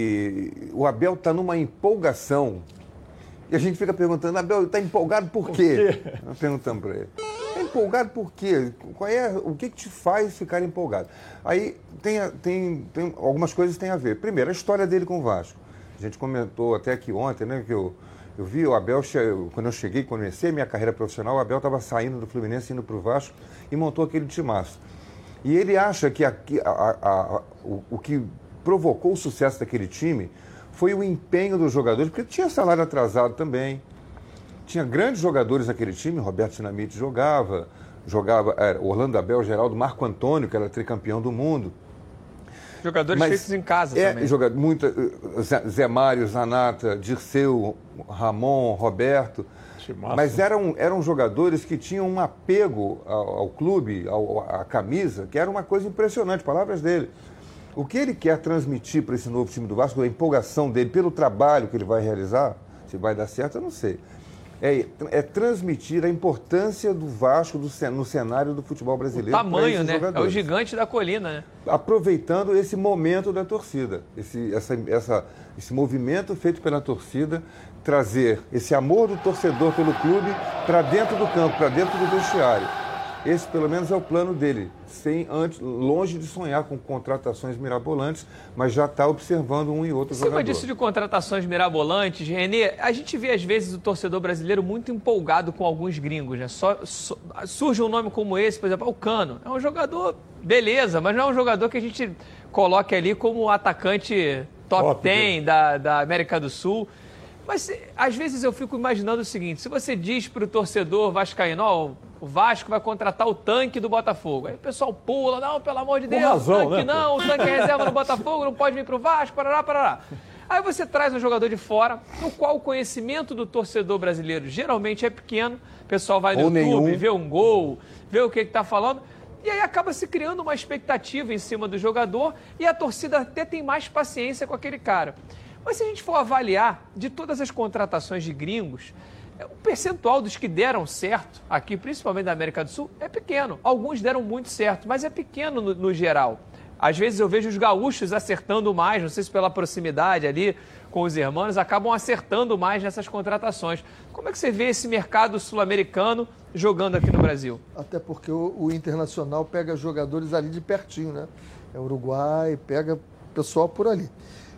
e o Abel está numa empolgação, e a gente fica perguntando, Abel, está empolgado por quê? Perguntando para ele. Está empolgado por quê? O que te faz ficar empolgado? Aí tem algumas coisas que têm a ver. Primeiro, a história dele com o Vasco. A gente comentou até aqui ontem, né, que eu vi o Abel, quando eu cheguei, quando comecei a minha carreira profissional, o Abel estava saindo do Fluminense, indo para o Vasco e montou aquele timaço. E ele acha que o que provocou o sucesso daquele time foi o empenho dos jogadores, porque tinha salário atrasado também. Tinha grandes jogadores naquele time, Roberto Dinamite jogava Orlando Abel, Geraldo, Marco Antônio, que era tricampeão do mundo. Jogadores feitos em casa também. Zé Mário, Zanata, Dirceu, Ramon, Roberto. Mas eram jogadores que tinham um apego ao clube, à camisa, que era uma coisa impressionante, palavras dele. O que ele quer transmitir para esse novo time do Vasco, a empolgação dele pelo trabalho que ele vai realizar, se vai dar certo, eu não sei. É transmitir a importância do Vasco no cenário do futebol brasileiro. O tamanho, né? Jogadores. É o gigante da colina, né? Aproveitando esse momento da torcida, esse movimento feito pela torcida, trazer esse amor do torcedor pelo clube para dentro do campo, para dentro do vestiário. Esse, pelo menos, é o plano dele, longe de sonhar com contratações mirabolantes, mas já está observando um e outro jogador. Em cima disso de contratações mirabolantes, Renê, a gente vê, às vezes, o torcedor brasileiro muito empolgado com alguns gringos, né? Surge um nome como esse, por exemplo, o Cano. É um jogador, beleza, mas não é um jogador que a gente coloque ali como atacante top 10 da América do Sul. Mas, às vezes, eu fico imaginando o seguinte, se você diz para o torcedor vascaíno, o Vasco vai contratar o tanque do Botafogo. Aí o pessoal pula, não, pelo amor de Deus, razão, o tanque né? não, o tanque é reserva no Botafogo, não pode vir para o Vasco, parará. Aí você traz um jogador de fora, no qual o conhecimento do torcedor brasileiro geralmente é pequeno, o pessoal vai no YouTube, vê um gol, vê o que está falando, e aí acaba se criando uma expectativa em cima do jogador e a torcida até tem mais paciência com aquele cara. Mas se a gente for avaliar de todas as contratações de gringos, o percentual dos que deram certo aqui, principalmente da América do Sul, é pequeno. Alguns deram muito certo, mas é pequeno no geral. Às vezes eu vejo os gaúchos acertando mais, não sei se pela proximidade ali com os irmãos, acabam acertando mais nessas contratações. Como é que você vê esse mercado sul-americano jogando aqui no Brasil? Até porque o Internacional pega jogadores ali de pertinho, né? É Uruguai, pega pessoal por ali.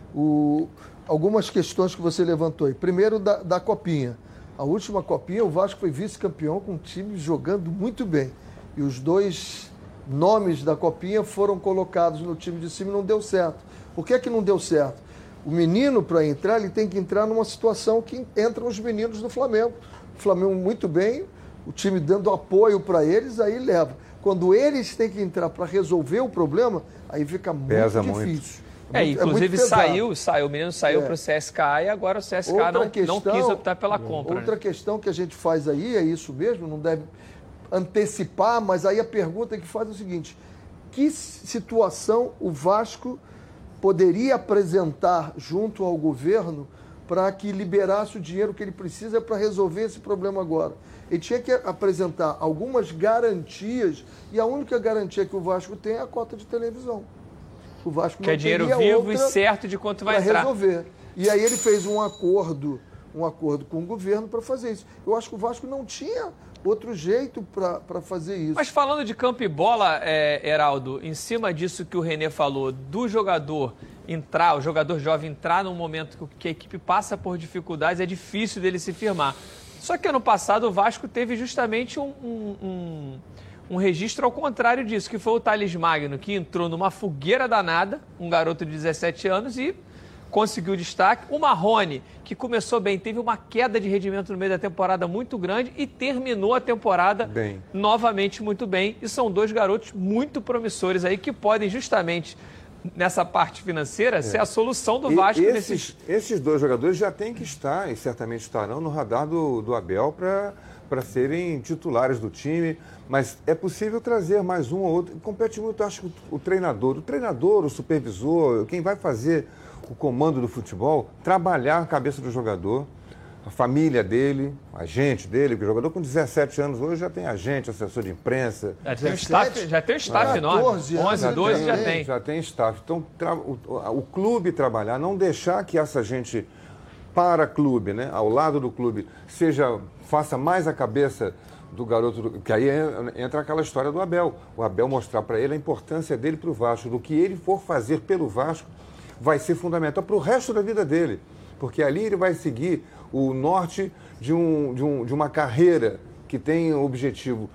Algumas questões que você levantou aí. Primeiro, da Copinha. A última Copinha, o Vasco foi vice-campeão com um time jogando muito bem. E os dois nomes da Copinha foram colocados no time de cima e não deu certo. Por que não deu certo? O menino, para entrar, ele tem que entrar numa situação que entram os meninos do Flamengo. O Flamengo muito bem, o time dando apoio para eles, aí leva. Quando eles têm que entrar para resolver o problema, aí fica muito difícil. Inclusive o menino saiu para o CSKA e agora o CSKA não quis optar pela compra. Outra questão que a gente faz aí, é isso mesmo, não deve antecipar, mas aí a pergunta que faz é o seguinte: que situação o Vasco poderia apresentar junto ao governo para que liberasse o dinheiro que ele precisa para resolver esse problema agora? Ele tinha que apresentar algumas garantias, e a única garantia que o Vasco tem é a cota de televisão. O Vasco que é dinheiro vivo e certo de quanto vai entrar. Resolver. E aí ele fez um acordo com o governo para fazer isso. Eu acho que o Vasco não tinha outro jeito para fazer isso. Mas falando de campo e bola, Heraldo, em cima disso que o Renê falou, do jogador entrar, o jogador jovem entrar num momento que a equipe passa por dificuldades, é difícil dele se firmar. Só que ano passado o Vasco teve justamente um registro ao contrário disso, que foi o Thales Magno, que entrou numa fogueira danada, um garoto de 17 anos, e conseguiu destaque. O Marrone, que começou bem, teve uma queda de rendimento no meio da temporada muito grande e terminou a temporada novamente muito bem. E são dois garotos muito promissores aí que podem justamente, nessa parte financeira, ser a solução do Vasco. Esses dois jogadores já têm que estar, e certamente estarão, no radar do Abel para serem titulares do time. Mas é possível trazer mais um ou outro. Compete muito, acho, o treinador, o supervisor, quem vai fazer o comando do futebol, trabalhar a cabeça do jogador, a família dele, a agente dele, porque o jogador com 17 anos hoje já tem agente, assessor de imprensa. Já tem o staff enorme. 11, 12 já tem. Já tem staff. Então, o clube trabalhar, não deixar que essa gente para-clube, né, ao lado do clube, faça mais a cabeça do garoto, que aí entra aquela história do Abel. O Abel mostrar para ele a importância dele para o Vasco, do que ele for fazer pelo Vasco, vai ser fundamental para o resto da vida dele, porque ali ele vai seguir o norte de uma carreira que tem um objetivo,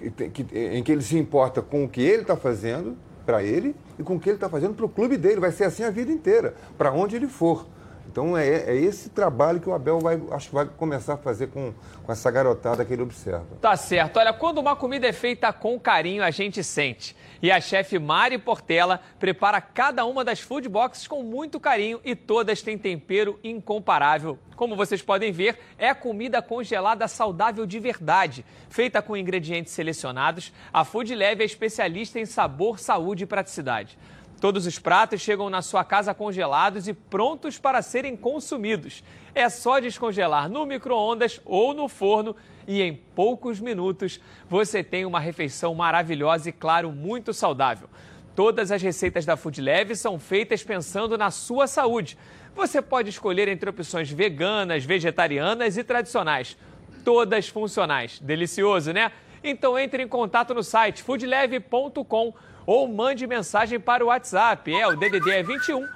em que ele se importa com o que ele está fazendo para ele e com o que ele está fazendo para o clube dele. Vai ser assim a vida inteira, para onde ele for. Então é esse trabalho que o Abel acho que vai começar a fazer com essa garotada que ele observa. Tá certo. Olha, quando uma comida é feita com carinho, a gente sente. E a chefe Mari Portela prepara cada uma das food boxes com muito carinho e todas têm tempero incomparável. Como vocês podem ver, é comida congelada saudável de verdade. Feita com ingredientes selecionados, a Food Leve é especialista em sabor, saúde e praticidade. Todos os pratos chegam na sua casa congelados e prontos para serem consumidos. É só descongelar no micro-ondas ou no forno e em poucos minutos você tem uma refeição maravilhosa e, claro, muito saudável. Todas as receitas da Food Leve são feitas pensando na sua saúde. Você pode escolher entre opções veganas, vegetarianas e tradicionais. Todas funcionais. Delicioso, né? Então entre em contato no site foodleve.com ou mande mensagem para o WhatsApp, o DDD é 21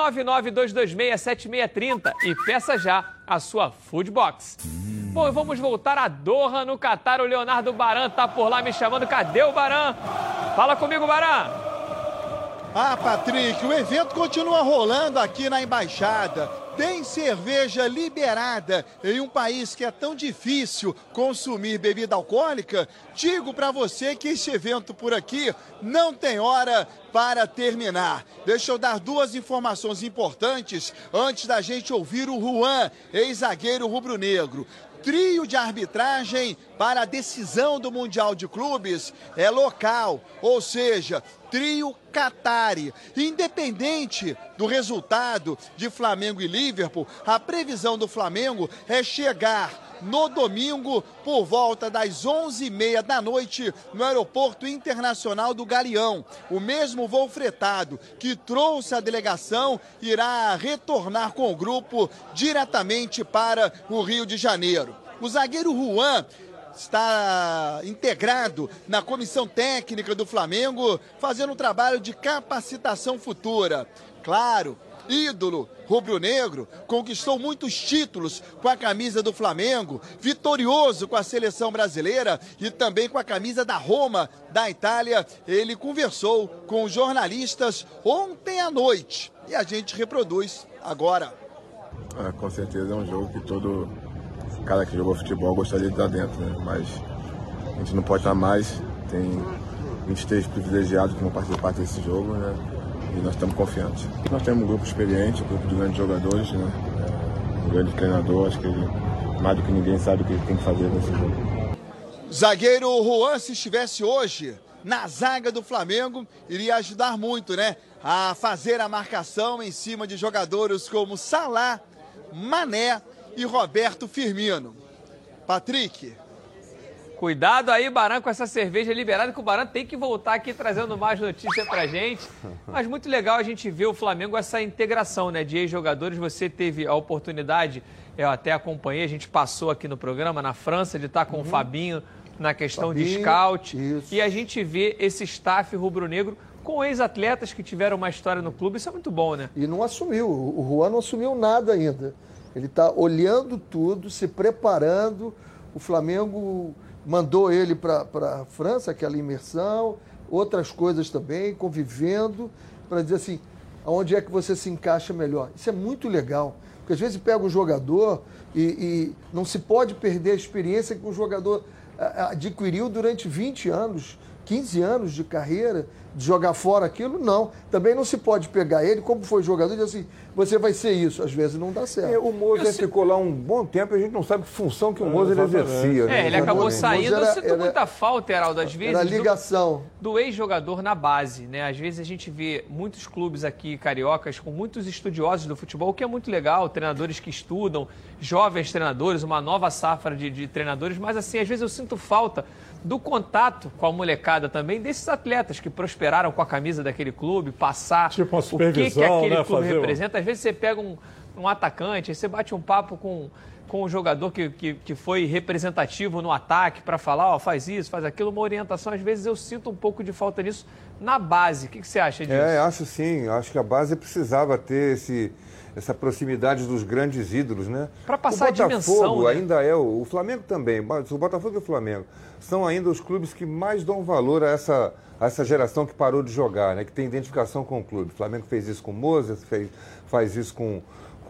992267630 e peça já a sua Food Box. Bom, e vamos voltar a Doha, no Catar. O Leonardo Baran tá por lá me chamando. Cadê o Baran? Fala comigo, Baran. Patrick, o evento continua rolando aqui na Embaixada. Tem cerveja liberada em um país que é tão difícil consumir bebida alcoólica? Digo para você que esse evento por aqui não tem hora para terminar. Deixa eu dar duas informações importantes antes da gente ouvir o Juan, ex-zagueiro rubro-negro. Trio de arbitragem para a decisão do Mundial de Clubes é local, ou seja, trio Qatari. Independente do resultado de Flamengo e Liverpool, a previsão do Flamengo é chegar no domingo por volta das 11h30 da noite no Aeroporto Internacional do Galeão. O mesmo voo fretado que trouxe a delegação irá retornar com o grupo diretamente para o Rio de Janeiro. O zagueiro Juan está integrado na comissão técnica do Flamengo, fazendo um trabalho de capacitação futura. Claro, ídolo rubro-negro, conquistou muitos títulos com a camisa do Flamengo, vitorioso com a seleção brasileira e também com a camisa da Roma, da Itália. Ele conversou com os jornalistas ontem à noite e a gente reproduz agora. Com certeza é um jogo que todo cara que jogou futebol gostaria de estar dentro, né? Mas a gente não pode estar mais. Tem 23 privilegiados que vão participar desse jogo, né? E nós estamos confiantes. Nós temos um grupo experiente, um grupo de grandes jogadores, né? Um grande treinador, acho que ele, mais do que ninguém, sabe o que ele tem que fazer nesse jogo. Zagueiro Juan, se estivesse hoje na zaga do Flamengo, iria ajudar muito, né? A fazer a marcação em cima de jogadores como Salah, Mané e Roberto Firmino. Patrick. Cuidado aí, Baran, com essa cerveja liberada, que o Baran tem que voltar aqui trazendo mais notícia pra gente. Mas muito legal a gente ver o Flamengo, essa integração, né, de ex-jogadores. Você teve a oportunidade, eu até acompanhei, a gente passou aqui no programa, na França, de estar com o Fabinho na questão de scout. Isso. E a gente vê esse staff rubro-negro com ex-atletas que tiveram uma história no clube. Isso é muito bom, né? E não assumiu. O Juan não assumiu nada ainda. Ele está olhando tudo, se preparando. O Flamengo mandou ele para a França, aquela imersão, outras coisas também, convivendo, para dizer assim, aonde é que você se encaixa melhor. Isso é muito legal, porque às vezes pega um jogador e não se pode perder a experiência que o jogador adquiriu durante 20 anos, 15 anos de carreira, de jogar fora aquilo, não. Também não se pode pegar ele, como foi jogador, e dizer assim, você vai ser isso. Às vezes não dá certo. O Moser ficou lá um bom tempo e a gente não sabe que função que o Moser exercia. Né? Ele acabou saindo. Eu sinto muita falta, Heraldo, às vezes, era a ligação do ex-jogador na base, né? Às vezes a gente vê muitos clubes aqui cariocas com muitos estudiosos do futebol, o que é muito legal, treinadores que estudam, jovens treinadores, uma nova safra de treinadores, mas assim, às vezes eu sinto falta do contato com a molecada também, desses atletas que prosperaram com a camisa daquele clube, passar tipo uma o que aquele né, clube representa. Às vezes você pega um atacante, aí você bate um papo com um jogador que foi representativo no ataque para falar, ó, faz isso, faz aquilo, uma orientação. Às vezes eu sinto um pouco de falta nisso na base. O que você acha disso? Acho sim. Acho que a base precisava ter essa proximidade dos grandes ídolos, né? Para passar a dimensão. O Botafogo ainda é, o Flamengo também, mas o Botafogo e o Flamengo são ainda os clubes que mais dão valor a essa geração que parou de jogar, né? Que tem identificação com o clube. O Flamengo fez isso com o Moser, faz isso com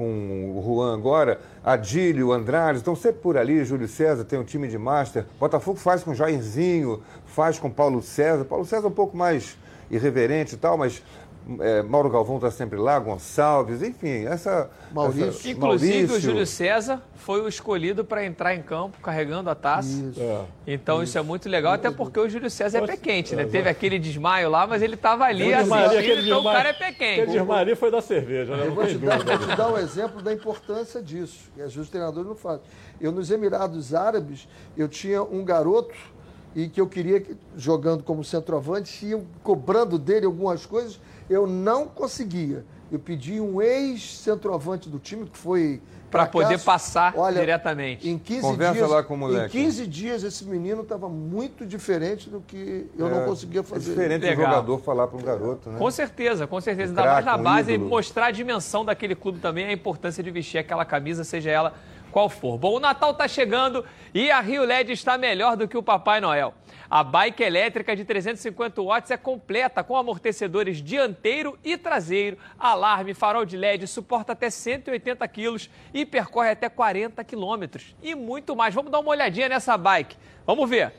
o Juan agora, Adílio, Andrade, estão sempre por ali, Júlio César tem um time de master, Botafogo faz com Jairzinho, faz com Paulo César é um pouco mais irreverente e tal, mas Mauro Galvão está sempre lá, Gonçalves, enfim, Maurício. Inclusive o Júlio César foi o escolhido para entrar em campo carregando a taça. Então isso é muito legal, até porque o Júlio César é pé quente, né? Teve aquele desmaio lá, mas ele estava ali assistindo, então o cara é pé quente. Aquele desmaio foi da cerveja, né? Eu vou te dar um exemplo da importância disso, que às vezes os treinadores não fazem. Eu, nos Emirados Árabes, eu tinha um garoto e que eu queria, jogando como centroavante, ia cobrando dele algumas coisas, eu não conseguia. Eu pedi um ex-centroavante do time, que foi... Para poder passar diretamente. Em 15 Conversa dias, lá com o moleque. Em 15 dias, esse menino estava muito diferente do que eu não conseguia fazer. É diferente o jogador falar para um garoto, né? Com certeza. Ainda mais na base, e mostrar a dimensão daquele clube também, a importância de vestir aquela camisa, seja ela qual for. Bom, o Natal está chegando e a Rio LED está melhor do que o Papai Noel. A bike elétrica de 350 watts é completa, com amortecedores dianteiro e traseiro, alarme, farol de LED, suporta até 180 quilos e percorre até 40 quilômetros. E muito mais. Vamos dar uma olhadinha nessa bike. Vamos ver.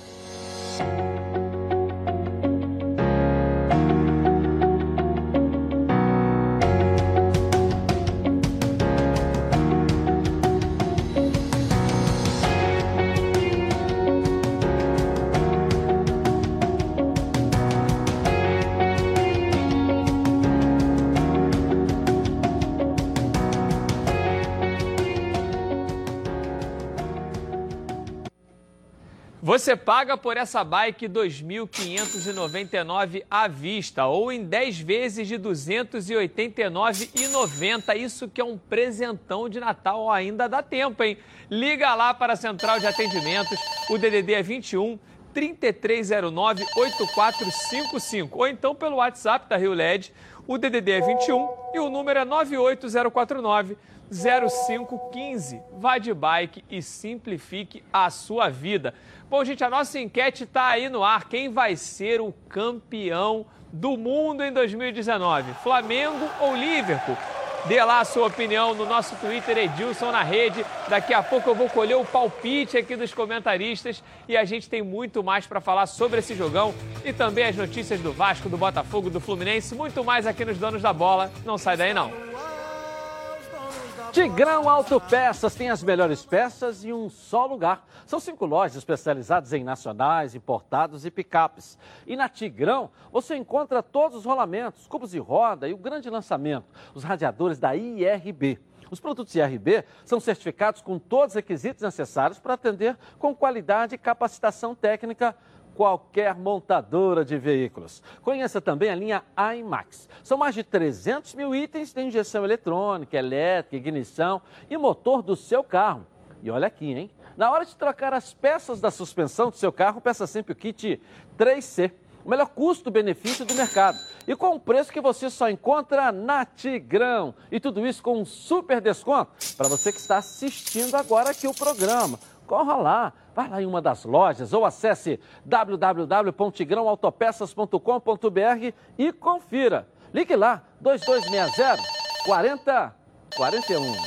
Você paga por essa bike R$ 2.599 à vista ou em 10 vezes de R$ 289,90. Isso que é um presentão de Natal, ainda dá tempo, hein? Liga lá para a central de atendimentos, o DDD é 21 3309 8455 ou então pelo WhatsApp da Rio LED, o DDD é 21 e o número é 98049 0515. Vá de bike e simplifique a sua vida. Bom, gente, a nossa enquete está aí no ar. Quem vai ser o campeão do mundo em 2019? Flamengo ou Liverpool? Dê lá a sua opinião no nosso Twitter, Edilson na Rede. Daqui a pouco eu vou colher o palpite aqui dos comentaristas e a gente tem muito mais para falar sobre esse jogão e também as notícias do Vasco, do Botafogo, do Fluminense, muito mais aqui nos Donos da Bola. Não sai daí, não. Tigrão Autopeças tem as melhores peças em um só lugar. São 5 lojas especializadas em nacionais, importados e picapes. E na Tigrão você encontra todos os rolamentos, cubos de roda e o grande lançamento, os radiadores da IRB. Os produtos IRB são certificados com todos os requisitos necessários para atender com qualidade e capacitação técnica qualquer montadora de veículos. Conheça também a linha IMAX. São mais de 300 mil itens de injeção eletrônica, elétrica, ignição e motor do seu carro. E olha aqui, hein? Na hora de trocar as peças da suspensão do seu carro, peça sempre o kit 3C. O melhor custo-benefício do mercado. E com um preço que você só encontra na Tigrão. E tudo isso com um super desconto para você que está assistindo agora aqui o programa. Corra lá, vai lá em uma das lojas ou acesse www.tigrãoautopeças.com.br e confira. Ligue lá, 2260-4041.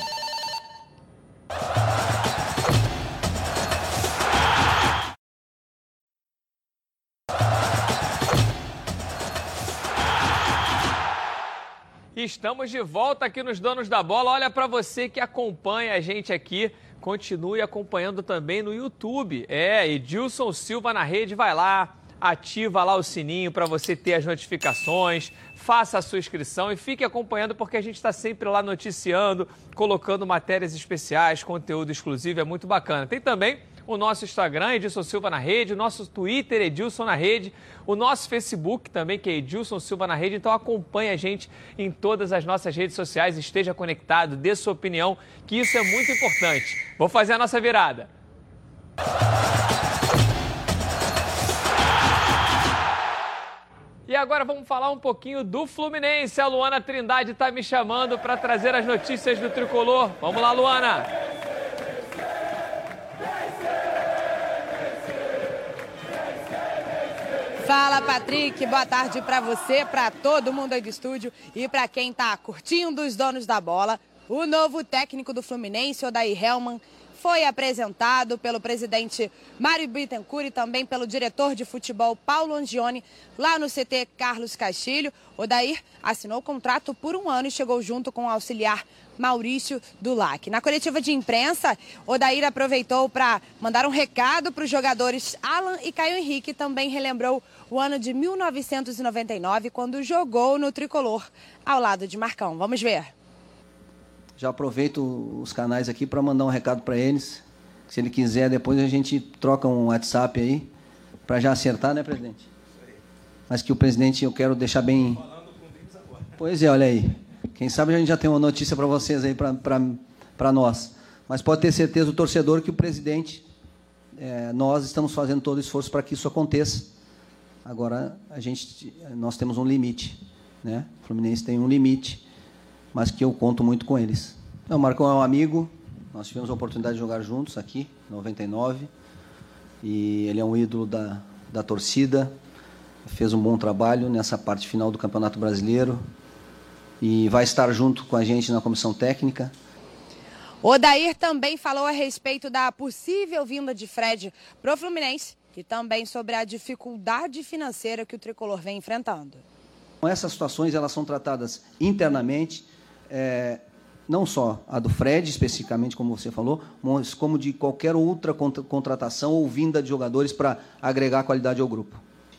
Estamos de volta aqui nos Donos da Bola. Olha, para você que acompanha a gente aqui, continue acompanhando também no YouTube. Edilson Silva na Rede, vai lá, ativa lá o sininho para você ter as notificações, faça a sua inscrição e fique acompanhando porque a gente está sempre lá noticiando, colocando matérias especiais, conteúdo exclusivo, é muito bacana. Tem também o nosso Instagram, Edilson Silva na Rede, o nosso Twitter, Edilson na Rede, o nosso Facebook também, que é Edilson Silva na Rede. Então acompanhe a gente em todas as nossas redes sociais, esteja conectado, dê sua opinião, que isso é muito importante. Vamos fazer a nossa virada. E agora vamos falar um pouquinho do Fluminense. A Luana Trindade está me chamando para trazer as notícias do Tricolor. Vamos lá, Luana. Fala, Patrick, boa tarde para você, para todo mundo aí do estúdio e para quem tá curtindo os Donos da Bola. O novo técnico do Fluminense, Odair Hellmann, foi apresentado pelo presidente Mário Bittencourt e também pelo diretor de futebol Paulo Angione lá no CT Carlos Castilho. Odair assinou o contrato por 1 ano e chegou junto com o auxiliar Maurício Dulac. Na coletiva de imprensa, Odair aproveitou para mandar um recado para os jogadores Alan e Caio Henrique. Também relembrou o ano de 1999, quando jogou no Tricolor ao lado de Marcão. Vamos ver. Já aproveito os canais aqui para mandar um recado para eles. Se ele quiser, depois a gente troca um WhatsApp aí para já acertar, né, presidente? Mas que o presidente, eu quero deixar bem... Pois é, olha aí. Quem sabe a gente já tem uma notícia para vocês aí, para nós. Mas pode ter certeza o torcedor que o presidente, nós estamos fazendo todo o esforço para que isso aconteça. Agora, nós temos um limite, né? O Fluminense tem um limite, mas que eu conto muito com eles. O Marcão é um amigo, nós tivemos a oportunidade de jogar juntos aqui, em 99, e ele é um ídolo da torcida, fez um bom trabalho nessa parte final do Campeonato Brasileiro, e vai estar junto com a gente na comissão técnica. Odair também falou a respeito da possível vinda de Fred para o Fluminense e também sobre a dificuldade financeira que o Tricolor vem enfrentando. Essas situações elas são tratadas internamente, não só a do Fred, especificamente, como você falou, mas como de qualquer outra contratação ou vinda de jogadores para agregar qualidade ao grupo.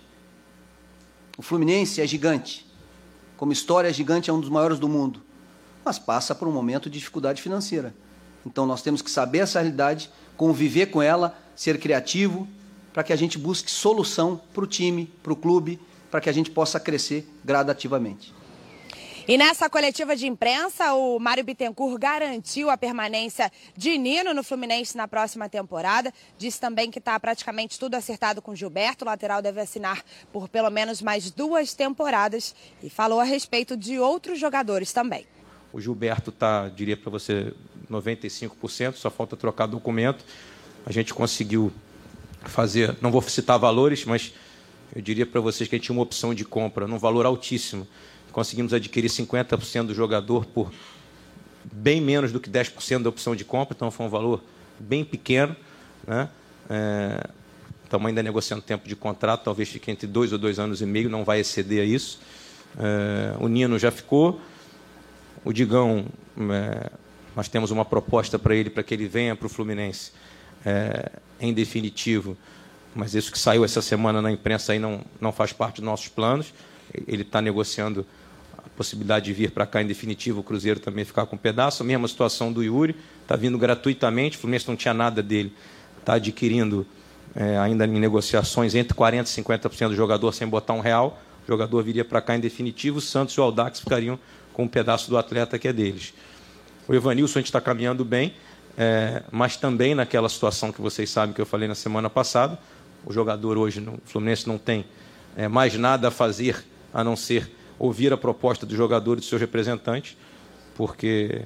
O Fluminense é gigante. Como história é gigante, é um dos maiores do mundo, mas passa por um momento de dificuldade financeira. Então, nós temos que saber essa realidade, conviver com ela, ser criativo, para que a gente busque solução para o time, para o clube, para que a gente possa crescer gradativamente. E nessa coletiva de imprensa, o Mário Bittencourt garantiu a permanência de Nino no Fluminense na próxima temporada. Disse também que está praticamente tudo acertado com o Gilberto. O lateral deve assinar por pelo menos mais 2 temporadas. E falou a respeito de outros jogadores também. O Gilberto está, diria para você, 95%, só falta trocar documento. A gente conseguiu fazer, não vou citar valores, mas eu diria para vocês que a gente tinha uma opção de compra num valor altíssimo. Conseguimos adquirir 50% do jogador por bem menos do que 10% da opção de compra, então foi um valor bem pequeno, né? Estamos ainda negociando tempo de contrato, talvez fique entre 2 ou 2 anos e meio, não vai exceder a isso. O Nino já ficou, o Digão Nós temos uma proposta para ele, para que ele venha para o Fluminense em definitivo, mas isso que saiu essa semana na imprensa aí não faz parte dos nossos planos. Ele está negociando a possibilidade de vir para cá em definitivo, o Cruzeiro também ficar com um pedaço. A mesma situação do Yuri, está vindo gratuitamente, o Fluminense não tinha nada dele, está adquirindo ainda em negociações entre 40% e 50% do jogador sem botar R$1. O jogador viria para cá em definitivo, o Santos e o Audax ficariam com um pedaço do atleta que é deles. O Evanilson a gente está caminhando bem, mas também naquela situação que vocês sabem que eu falei na semana passada, o jogador hoje no Fluminense não tem mais nada a fazer a não ser ouvir a proposta do jogador e dos seus representantes, porque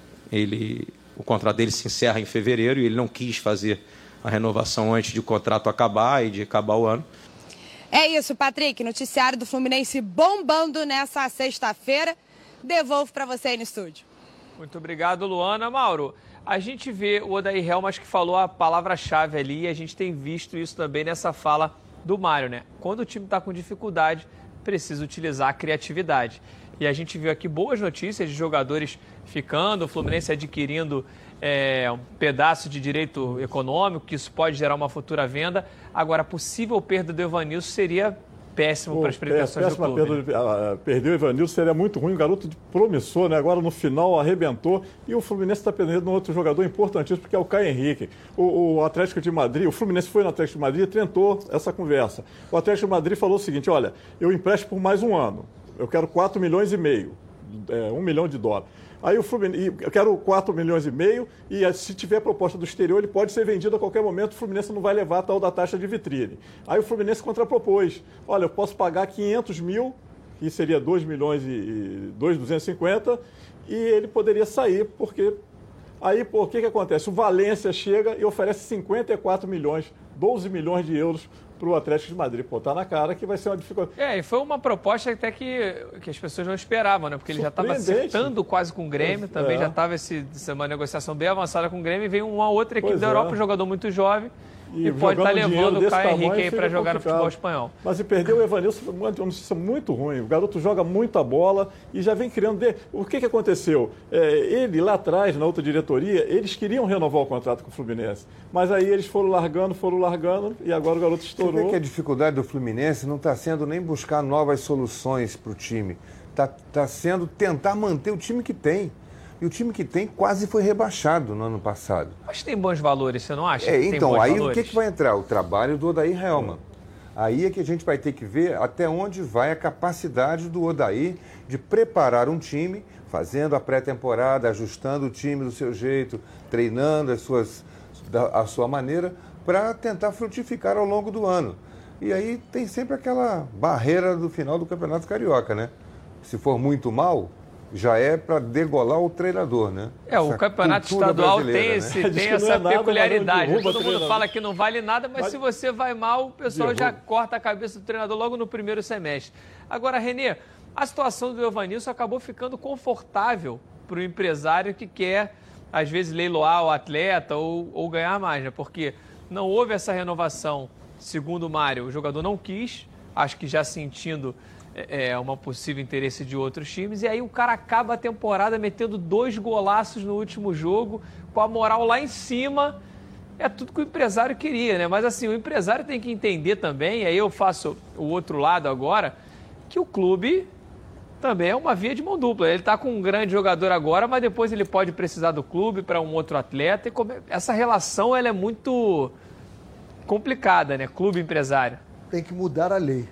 o contrato dele se encerra em fevereiro e ele não quis fazer a renovação antes de o contrato acabar e de acabar o ano. É isso, Patrick. Noticiário do Fluminense bombando nessa sexta-feira. Devolvo para você aí no estúdio. Muito obrigado, Luana. Mauro, a gente vê o Odair Helmas que falou a palavra-chave ali e a gente tem visto isso também nessa fala do Mário, né? Quando o time está com dificuldade, precisa utilizar a criatividade. E a gente viu aqui boas notícias de jogadores ficando, o Fluminense adquirindo um pedaço de direito econômico, que isso pode gerar uma futura venda. Agora, a possível perda do Evanilson seria péssimo para as pretensões do clube. Perder o Evanilson seria muito ruim, o garoto promissor, né? Agora no final arrebentou e o Fluminense está perdendo um outro jogador importantíssimo, porque é o Caio Henrique. O Atlético de Madrid, o Fluminense foi no Atlético de Madrid e tentou essa conversa. O Atlético de Madrid falou o seguinte: olha, eu empresto por mais um ano, eu quero 4,5 milhões, $1 milhão. Aí o Fluminense, eu quero 4,5 milhões e se tiver proposta do exterior, ele pode ser vendido a qualquer momento, o Fluminense não vai levar a tal da taxa de vitrine. Aí o Fluminense contrapropôs: olha, eu posso pagar 500 mil, que seria 2 milhões e 2,250, e ele poderia sair, porque aí, o que acontece? O Valência chega e oferece 54 milhões, 12 milhões de euros para o Atlético de Madrid. Tá na cara que vai ser uma dificuldade. E foi uma proposta até que as pessoas não esperavam, né? Porque ele já estava acertando quase com o Grêmio, também já estava uma negociação bem avançada com o Grêmio, e veio uma outra equipe da Europa, um jogador muito jovem, e pode estar levando o Caio Henrique aí para jogar no futebol espanhol. Mas perdeu o Evanilson, uma notícia muito ruim. O garoto joga muita bola e já vem criando... O que aconteceu? Ele, lá atrás, na outra diretoria, eles queriam renovar o contrato com o Fluminense. Mas aí eles foram largando, e agora o garoto estourou. Você vê que a dificuldade do Fluminense não está sendo nem buscar novas soluções para o time. Está sendo tentar manter o time que tem. E o time que tem quase foi rebaixado no ano passado. Mas tem bons valores, você não acha? Então, aí o que vai entrar? O trabalho do Odair Helman. Aí é que a gente vai ter que ver até onde vai a capacidade do Odair de preparar um time, fazendo a pré-temporada, ajustando o time do seu jeito, treinando a sua maneira, para tentar frutificar ao longo do ano. E aí tem sempre aquela barreira do final do Campeonato Carioca, né? Se for muito mal, já é para degolar o treinador, né? O campeonato estadual tem essa peculiaridade. Todo mundo fala que não vale nada, mas se você vai mal, o pessoal já corta a cabeça do treinador logo no primeiro semestre. Agora, Renê, a situação do Evanilson acabou ficando confortável para o empresário que quer, às vezes, leiloar o atleta ou ganhar mais, né? Porque não houve essa renovação, segundo o Mário, o jogador não quis, acho que já sentindo uma possível interesse de outros times, e aí o cara acaba a temporada metendo 2 golaços no último jogo, com a moral lá em cima. É tudo que o empresário queria, né? Mas assim, o empresário tem que entender também, e aí eu faço o outro lado agora, que o clube também é uma via de mão dupla. Ele está com um grande jogador agora, mas depois ele pode precisar do clube para um outro atleta. Essa relação ela é muito complicada, né? Clube-empresário. Tem que mudar a lei.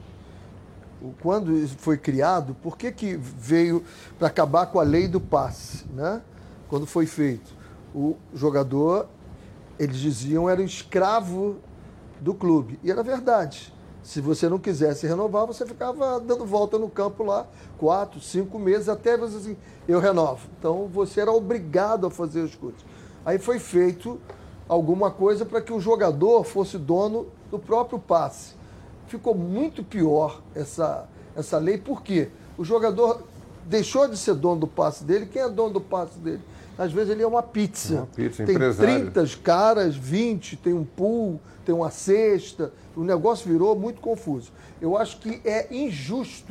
Quando isso foi criado, por que veio para acabar com a lei do passe, né? Quando foi feito, o jogador, eles diziam, era escravo do clube. E era verdade. Se você não quisesse renovar, você ficava dando volta no campo lá 4, 5 meses, até você assim, eu renovo. Então, você era obrigado a fazer as coisas. Aí foi feito alguma coisa para que o jogador fosse dono do próprio passe. Ficou muito pior essa lei, porque o jogador deixou de ser dono do passe dele. Quem é dono do passe dele? Às vezes ele é uma pizza. Tem empresário. 30 caras, 20, tem um pool, tem uma cesta. O negócio virou muito confuso. Eu acho que é injusto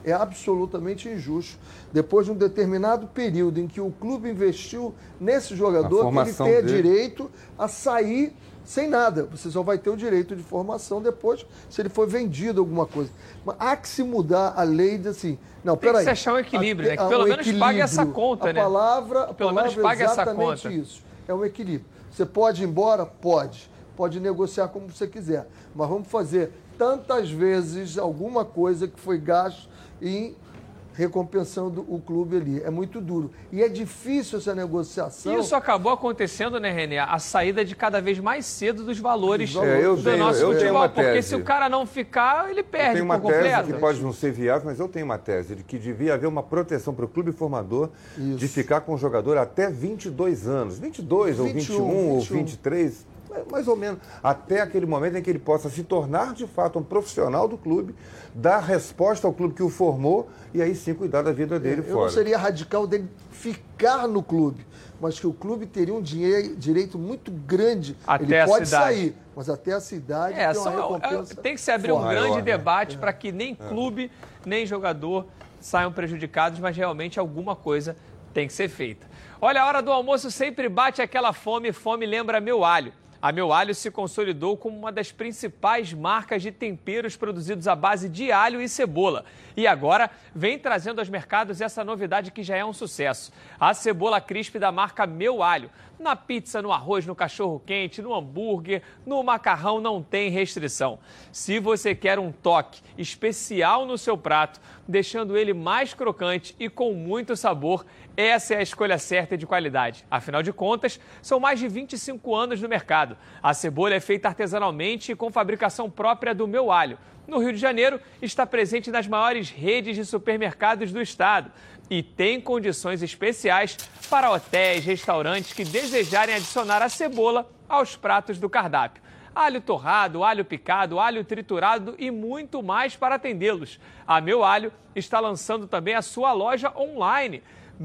é absolutamente injusto. Depois de um determinado período em que o clube investiu nesse jogador, que ele tenha direito a sair sem nada. Você só vai ter o direito de formação depois, se ele for vendido alguma coisa. Mas há que se mudar a lei de assim... Não, tem que se achar um equilíbrio, né? Que pelo menos pague essa conta, né? Pelo menos pague essa conta. Isso. É um equilíbrio. Você pode ir embora? Pode. Pode negociar como você quiser. Mas vamos fazer tantas vezes alguma coisa que foi gasto em recompensando o clube ali. É muito duro. E é difícil essa negociação. E isso acabou acontecendo, né, René? A saída de cada vez mais cedo dos valores do nosso futebol. Porque se o cara não ficar, ele perde por completo. Eu tenho uma tese que pode não ser viável, mas eu tenho uma tese de que devia haver uma proteção para o clube formador de ficar com o jogador até 22 anos. 22 ou 21 ou 23, mais ou menos, até aquele momento em que ele possa se tornar de fato um profissional do clube, dar resposta ao clube que o formou e aí sim cuidar da vida dele fora. Eu não seria radical dele ficar no clube, mas que o clube teria um direito muito grande. Até ele pode sair, mas até essa idade tem uma recompensa tem que se abrir um grande debate para que nem clube, nem jogador saiam prejudicados, mas realmente alguma coisa tem que ser feita. Olha, a hora do almoço sempre bate aquela fome, fome lembra Meu Alho. A Meu Alho se consolidou como uma das principais marcas de temperos produzidos à base de alho e cebola. E agora vem trazendo aos mercados essa novidade que já é um sucesso. A cebola crisp da marca Meu Alho. Na pizza, no arroz, no cachorro-quente, no hambúrguer, no macarrão não tem restrição. Se você quer um toque especial no seu prato, deixando ele mais crocante e com muito sabor, essa é a escolha certa e de qualidade. Afinal de contas, são mais de 25 anos no mercado. A cebola é feita artesanalmente e com fabricação própria do Meu Alho. No Rio de Janeiro, está presente nas maiores redes de supermercados do estado e tem condições especiais para hotéis, restaurantes que desejarem adicionar a cebola aos pratos do cardápio. Alho torrado, alho picado, alho triturado e muito mais para atendê-los. A Meu Alho está lançando também a sua loja online,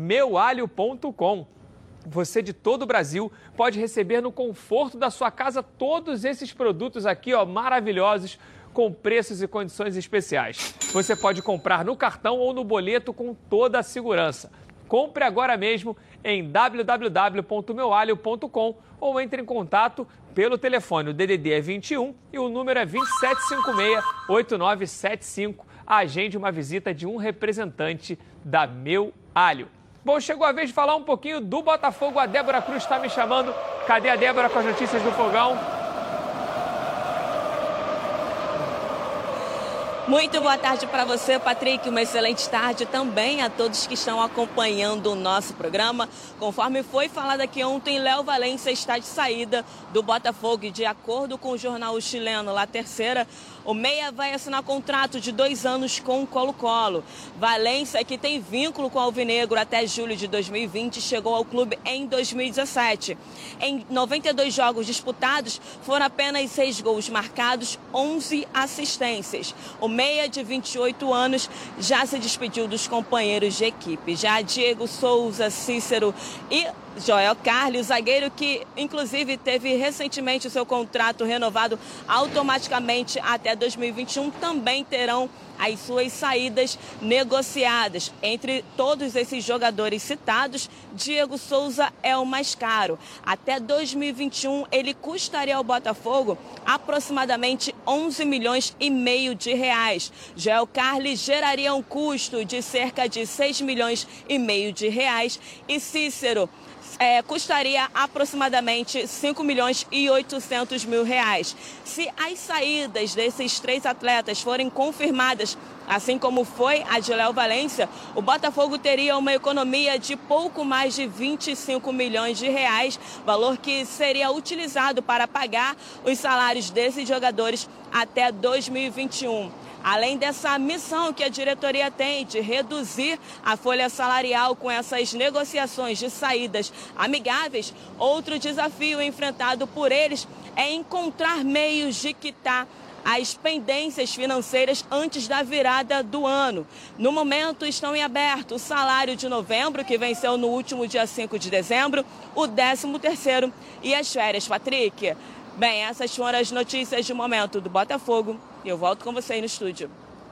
meualho.com. Você de todo o Brasil pode receber no conforto da sua casa todos esses produtos aqui, maravilhosos, com preços e condições especiais. Você pode comprar no cartão ou no boleto com toda a segurança. Compre agora mesmo em www.meualho.com ou entre em contato pelo telefone. O DDD é 21 e o número é 2756-8975. Agende uma visita de um representante da Meu Alho. Bom, chegou a vez de falar um pouquinho do Botafogo. A Débora Cruz está me chamando. Cadê a Débora com as notícias do Fogão? Muito boa tarde para você, Patrick. Uma excelente tarde também a todos que estão acompanhando o nosso programa. Conforme foi falado aqui ontem, Léo Valência está de saída do Botafogo e, de acordo com o jornal chileno La Terceira, o meia vai assinar contrato de 2 anos com o Colo-Colo. Valência, que tem vínculo com o Alvinegro até julho de 2020, chegou ao clube em 2017. Em 92 jogos disputados, foram apenas 6 gols marcados, 11 assistências. O meia de 28 anos já se despediu dos companheiros de equipe. Já Diego Souza, Cícero e Joel Carli, o zagueiro que inclusive teve recentemente o seu contrato renovado automaticamente até 2021, também terão as suas saídas negociadas. Entre todos esses jogadores citados, Diego Souza é o mais caro. Até 2021, ele custaria ao Botafogo aproximadamente 11 milhões e meio de reais. Joel Carli geraria um custo de cerca de 6 milhões e meio de reais e Cícero custaria aproximadamente 5 milhões e 800 mil reais. Se as saídas desses 3 atletas forem confirmadas, assim como foi a de Léo Valência, o Botafogo teria uma economia de pouco mais de 25 milhões de reais, valor que seria utilizado para pagar os salários desses jogadores até 2021. Além dessa missão que a diretoria tem de reduzir a folha salarial com essas negociações de saídas amigáveis, outro desafio enfrentado por eles é encontrar meios de quitar as pendências financeiras antes da virada do ano. No momento estão em aberto o salário de novembro, que venceu no último dia 5 de dezembro, o 13º e as férias, Patrick. Bem, essas foram as notícias de momento do Botafogo e eu volto com você aí no estúdio.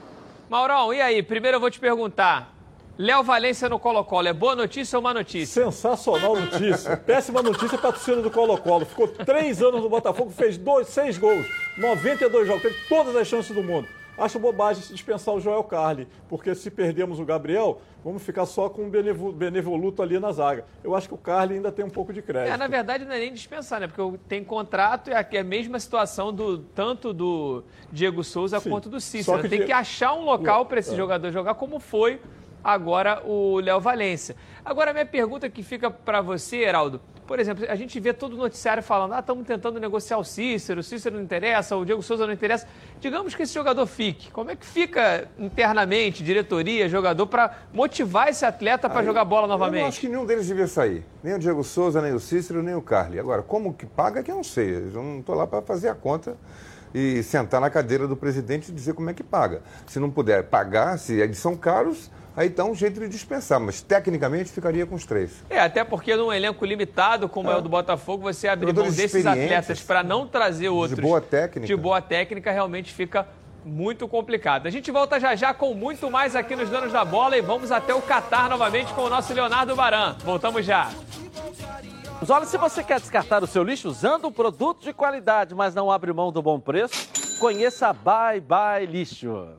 Maurão, e aí? Primeiro eu vou te perguntar. Léo Valência no Colo-Colo, é boa notícia ou má notícia? Sensacional notícia. Péssima notícia para a torcida do Colo-Colo. Ficou 3 anos no Botafogo, fez 6 gols, 92 jogos, teve todas as chances do mundo. Acho bobagem se dispensar o Joel Carli, porque se perdemos o Gabriel, vamos ficar só com o Benevoluto ali na zaga. Eu acho que o Carli ainda tem um pouco de crédito. Na verdade, não é nem dispensar, né? Porque tem contrato e aqui é a mesma situação tanto do Diego Souza quanto do Cícero. Tem que achar um local para esse jogador jogar, como foi agora o Léo Valência. Agora, a minha pergunta que fica para você, Heraldo, por exemplo, a gente vê todo o noticiário falando, estamos tentando negociar o Cícero não interessa, o Diego Souza não interessa. Digamos que esse jogador fique. Como é que fica internamente, diretoria, jogador, para motivar esse atleta para jogar bola novamente? Eu não acho que nenhum deles devia sair. Nem o Diego Souza, nem o Cícero, nem o Carli. Agora, como que paga, que eu não sei. Eu não estou lá para fazer a conta e sentar na cadeira do presidente e dizer como é que paga. Se não puder pagar, se eles são caros, aí dá um jeito de dispensar, mas tecnicamente ficaria com os 3. Até porque num elenco limitado, como é o do Botafogo, você abrir mão desses atletas para não trazer outros de boa técnica, realmente fica muito complicado. A gente volta já com muito mais aqui nos Donos da Bola e vamos até o Catar novamente com o nosso Leonardo Baran. Voltamos já. Olha, se você quer descartar o seu lixo usando um produto de qualidade, mas não abre mão do bom preço, conheça a Bye Bye Lixo.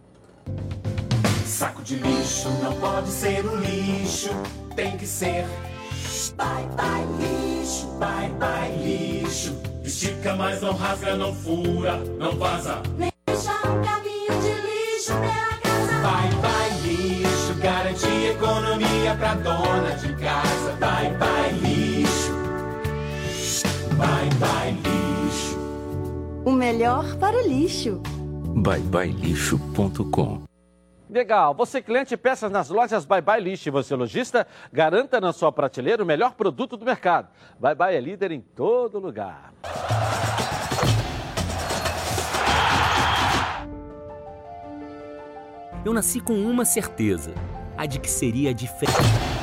Saco de lixo não pode ser um lixo, tem que ser Bye Bye Lixo, Bye Bye Lixo. Estica, mas não rasga, não fura, não vaza. Deixa um caminho de lixo pela casa. Bye Bye Lixo, garante economia pra dona de casa. Bye Bye Lixo, Bye Bye Lixo. O melhor para o lixo. ByeByeLixo.com. Legal, você cliente peças nas lojas Bye Bye Lixo e você lojista, garanta na sua prateleira o melhor produto do mercado. Bye Bye é líder em todo lugar. Eu nasci com uma certeza, a de que seria diferente.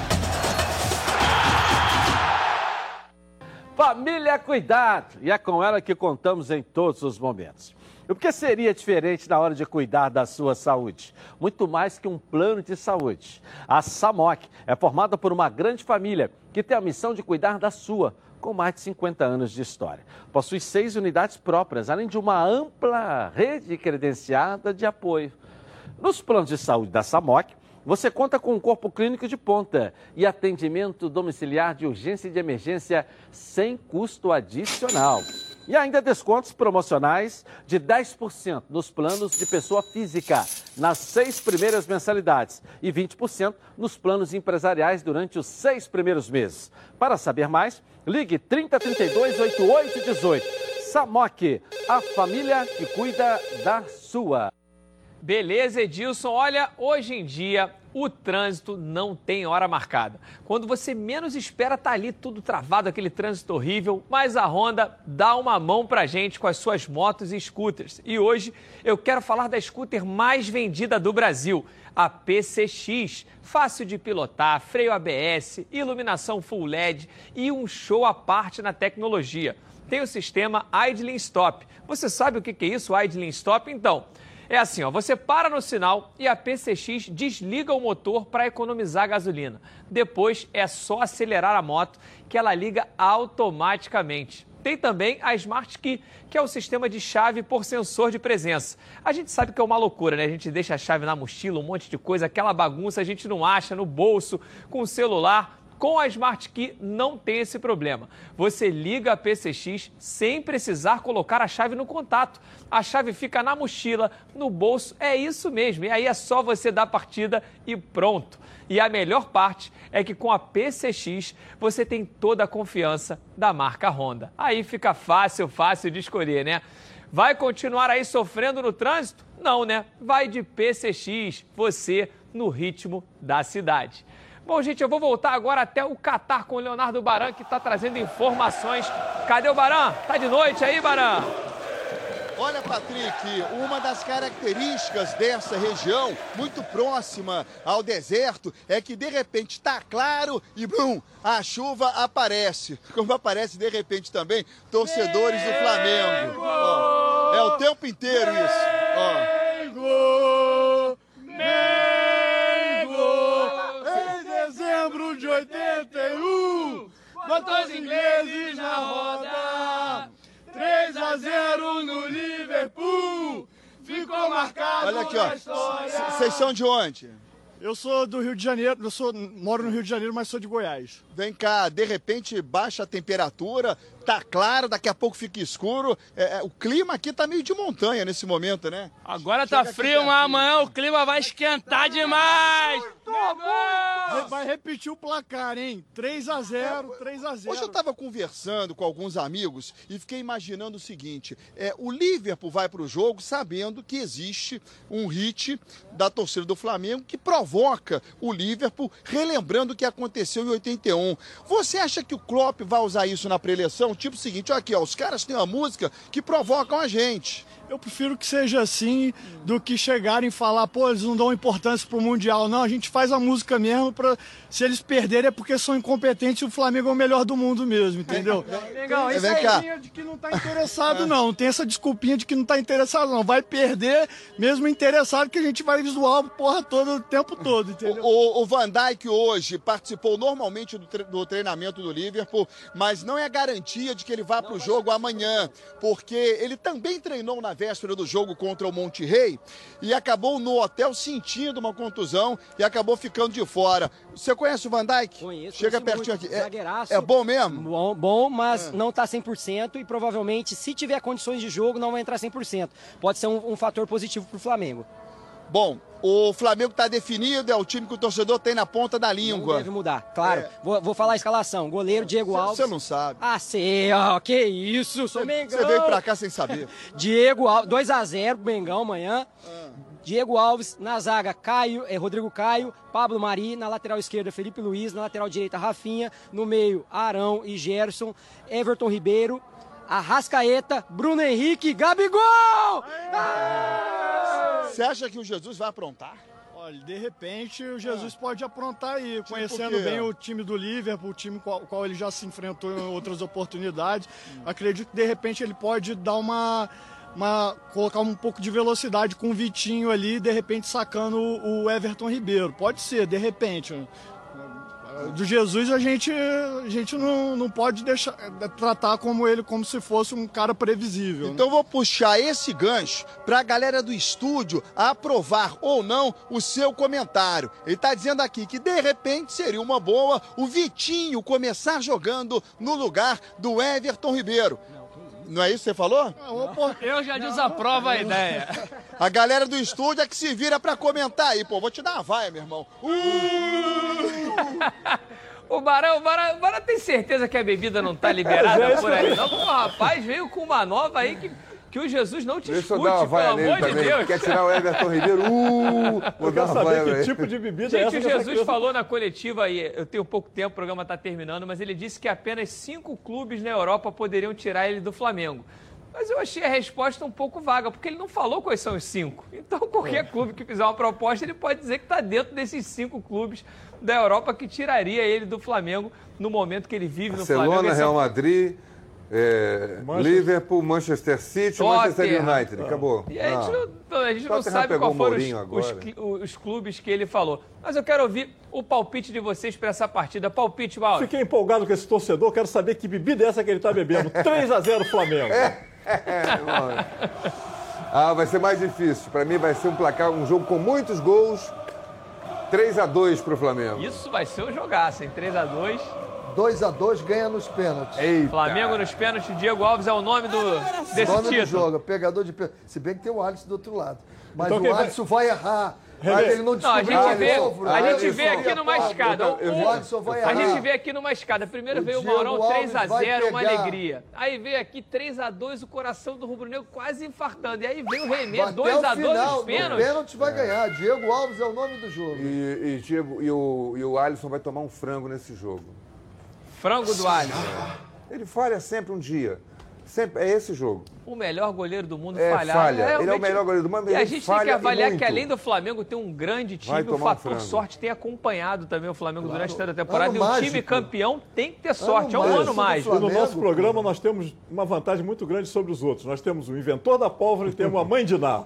Família Cuidado, e é com ela que contamos em todos os momentos. O que seria diferente na hora de cuidar da sua saúde? Muito mais que um plano de saúde. A SAMOC é formada por uma grande família que tem a missão de cuidar da sua, com mais de 50 anos de história. Possui 6 unidades próprias, além de uma ampla rede credenciada de apoio. Nos planos de saúde da SAMOC, você conta com um corpo clínico de ponta e atendimento domiciliar de urgência e de emergência sem custo adicional. E ainda descontos promocionais de 10% nos planos de pessoa física nas 6 primeiras mensalidades e 20% nos planos empresariais durante os 6 primeiros meses. Para saber mais, ligue 3032-8818. SAMOC, a família que cuida da sua. Beleza, Edilson. Olha, hoje em dia o trânsito não tem hora marcada. Quando você menos espera, tá ali tudo travado, aquele trânsito horrível, mas a Honda dá uma mão pra gente com as suas motos e scooters. E hoje eu quero falar da scooter mais vendida do Brasil, a PCX. Fácil de pilotar, freio ABS, iluminação full LED e um show à parte na tecnologia. Tem o sistema Idling Stop. Você sabe o que é isso, Idling Stop? Então, é assim, ó, você para no sinal e a PCX desliga o motor para economizar gasolina. Depois é só acelerar a moto que ela liga automaticamente. Tem também a Smart Key, que é o sistema de chave por sensor de presença. A gente sabe que é uma loucura, né? A gente deixa a chave na mochila, um monte de coisa, aquela bagunça a gente não acha no bolso, com o celular. Com a Smart Key não tem esse problema. Você liga a PCX sem precisar colocar a chave no contato. A chave fica na mochila, no bolso, é isso mesmo. E aí é só você dar partida e pronto. E a melhor parte é que com a PCX você tem toda a confiança da marca Honda. Aí fica fácil de escolher, né? Vai continuar aí sofrendo no trânsito? Não, né? Vai de PCX, você no ritmo da cidade. Bom, gente, eu vou voltar agora até o Catar com o Leonardo Baran, que está trazendo informações. Cadê o Baran? Tá de noite aí, Baran? Olha, Patrick, uma das características dessa região, muito próxima ao deserto, é que de repente está claro e, bum, a chuva aparece. Como aparece de repente também torcedores do Flamengo. Ó, é o tempo inteiro isso. Ó. botou os ingleses na roda. 3-0 no Liverpool, ficou marcado. Olha aqui, ó. Vocês são de onde? Eu sou do Rio de Janeiro, moro no Rio de Janeiro, mas sou de Goiás. Vem cá, de repente baixa a temperatura, tá claro, daqui a pouco fica escuro. O clima aqui tá meio de montanha nesse momento, né? Agora tá frio, mas amanhã o clima vai esquentar demais. Vai repetir o placar, hein? 3-0, 3-0. Hoje eu tava conversando com alguns amigos e fiquei imaginando o seguinte, o Liverpool vai pro jogo sabendo que existe um hit da torcida do Flamengo que provoca o Liverpool, relembrando o que aconteceu em 81. Você acha que o Klopp vai usar isso na pré-eleição? Tipo o seguinte, olha aqui, ó, os caras têm uma música que provocam a gente. Eu prefiro que seja assim do que chegarem e falar, pô, eles não dão importância pro Mundial. Não, a gente faz a música mesmo pra... Se eles perderem é porque são incompetentes e o Flamengo é o melhor do mundo mesmo, entendeu? Legal, isso aí de que não tá interessado, não. Não tem essa desculpinha de que não tá interessado, não. Vai perder mesmo interessado que a gente vai zoar a porra toda o tempo todo, entendeu? O Van Dijk hoje participou normalmente do treinamento do Liverpool, mas não é garantia de que ele vá pro jogo amanhã, porque ele também treinou na véspera do jogo contra o Monterrey e acabou no hotel sentindo uma contusão e acabou ficando de fora. Você conhece o Van Dijk? Conheço. Chega pertinho aqui. Zagueiraço. É bom mesmo? Bom, mas não tá 100% e provavelmente, se tiver condições de jogo, não vai entrar 100%. Pode ser um fator positivo pro Flamengo. Bom, o Flamengo está definido, é o time que o torcedor tem na ponta da língua. Não deve mudar, claro. Vou falar a escalação. Goleiro, Diego Alves. Você não sabe. Ah, sei, ó, que isso, sou Mengão. Você veio pra cá sem saber. Diego Alves, 2-0 pro Mengão amanhã. Diego Alves, na zaga, Rodrigo Caio, Pablo Mari, na lateral esquerda, Felipe Luiz, na lateral direita, Rafinha, no meio, Arão e Gerson, Everton Ribeiro, Arrascaeta, Bruno Henrique, Gabigol! Você acha que o Jesus vai aprontar? Olha, de repente o Jesus pode aprontar aí, conhecendo bem o time do Liverpool, o time com o qual ele já se enfrentou em outras oportunidades. Acredito que de repente ele pode dar colocar um pouco de velocidade com o Vitinho ali, de repente sacando o Everton Ribeiro. Pode ser, de repente. Do Jesus a gente não pode deixar tratar como se fosse um cara previsível. Então vou puxar esse gancho para a galera do estúdio aprovar ou não o seu comentário. Ele está dizendo aqui que de repente seria uma boa o Vitinho começar jogando no lugar do Everton Ribeiro. Não é isso que você falou? Eu já desaprovo a ideia. A galera do estúdio é que se vira pra comentar aí, pô. Vou te dar uma vaia, meu irmão. O Barão tem certeza que a bebida não tá liberada por aí, não? Porque o rapaz veio com uma nova aí que o Jesus não te Deixa escute, eu dar uma vaia pelo nele amor de também. Deus. Quer tirar o Everton Ribeiro? Eu quero saber que tipo de bebida é essa. Gente, o Jesus falou na coletiva aí, eu tenho pouco tempo, o programa está terminando, mas ele disse que apenas 5 clubes na Europa poderiam tirar ele do Flamengo. Mas eu achei a resposta um pouco vaga, porque ele não falou quais são os 5. Então, qualquer clube que fizer uma proposta, ele pode dizer que está dentro desses 5 clubes da Europa que tiraria ele do Flamengo no momento que ele vive no Flamengo. Barcelona, Real Madrid... Liverpool, Manchester City, Manchester United. Acabou. E a gente não sabe qual foram os clubes que ele falou. Mas eu quero ouvir o palpite de vocês para essa partida. Palpite, Mauro. Fiquei empolgado com esse torcedor. Quero saber que bebida é essa que ele está bebendo. 3-0 Flamengo. Vai ser mais difícil. Para mim vai ser um jogo com muitos gols. 3-2 para o Flamengo. Isso vai ser um jogaço, hein? 3-2. 2-2 ganha nos pênaltis. Eita. Flamengo nos pênaltis, Diego Alves é o nome desse nome título. Do jogo, pegador de pênalti. Se bem que tem o Alisson do outro lado. Mas então, o Alisson vai errar. Ele não descobriu a gente vê aqui numa escada. A gente vê aqui numa escada. Primeiro veio o Maurão 3-0, uma alegria. Aí veio aqui 3-2, o coração do rubro-negro quase infartando. E aí veio o remedo, 2-2 nos pênaltis. O pênalti vai ganhar. Diego Alves é o nome do jogo. E o Alisson vai tomar um frango nesse jogo. Frango do Alisson. Ele falha sempre um dia. Sempre, é esse jogo. O melhor goleiro do mundo falha. Ele é o melhor goleiro do mundo. E a gente tem que avaliar que além do Flamengo ter um grande time, o fator sorte tem acompanhado também o Flamengo durante toda a temporada. E o time campeão tem que ter sorte. É um ano mágico. E no nosso programa nós temos uma vantagem muito grande sobre os outros. Nós temos o inventor da pólvora e temos a mãe de Ná.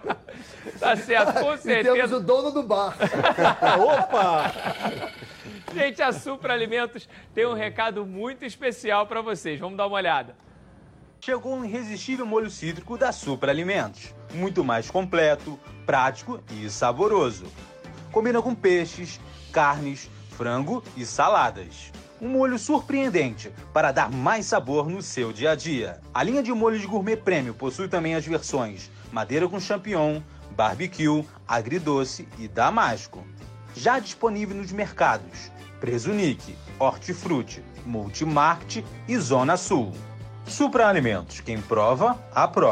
Tá certo, com certeza. E temos o dono do bar. Opa! Gente, a Supra Alimentos tem um recado muito especial para vocês. Vamos dar uma olhada. Chegou um irresistível molho cítrico da Supra Alimentos. Muito mais completo, prático e saboroso. Combina com peixes, carnes, frango e saladas. Um molho surpreendente para dar mais sabor no seu dia a dia. A linha de molhos gourmet premium possui também as versões madeira com champignon, barbecue, agridoce e damasco. Já disponível nos mercados Presunic, Hortifruti, Multimarket e Zona Sul. Supra Alimentos, quem prova, aprova.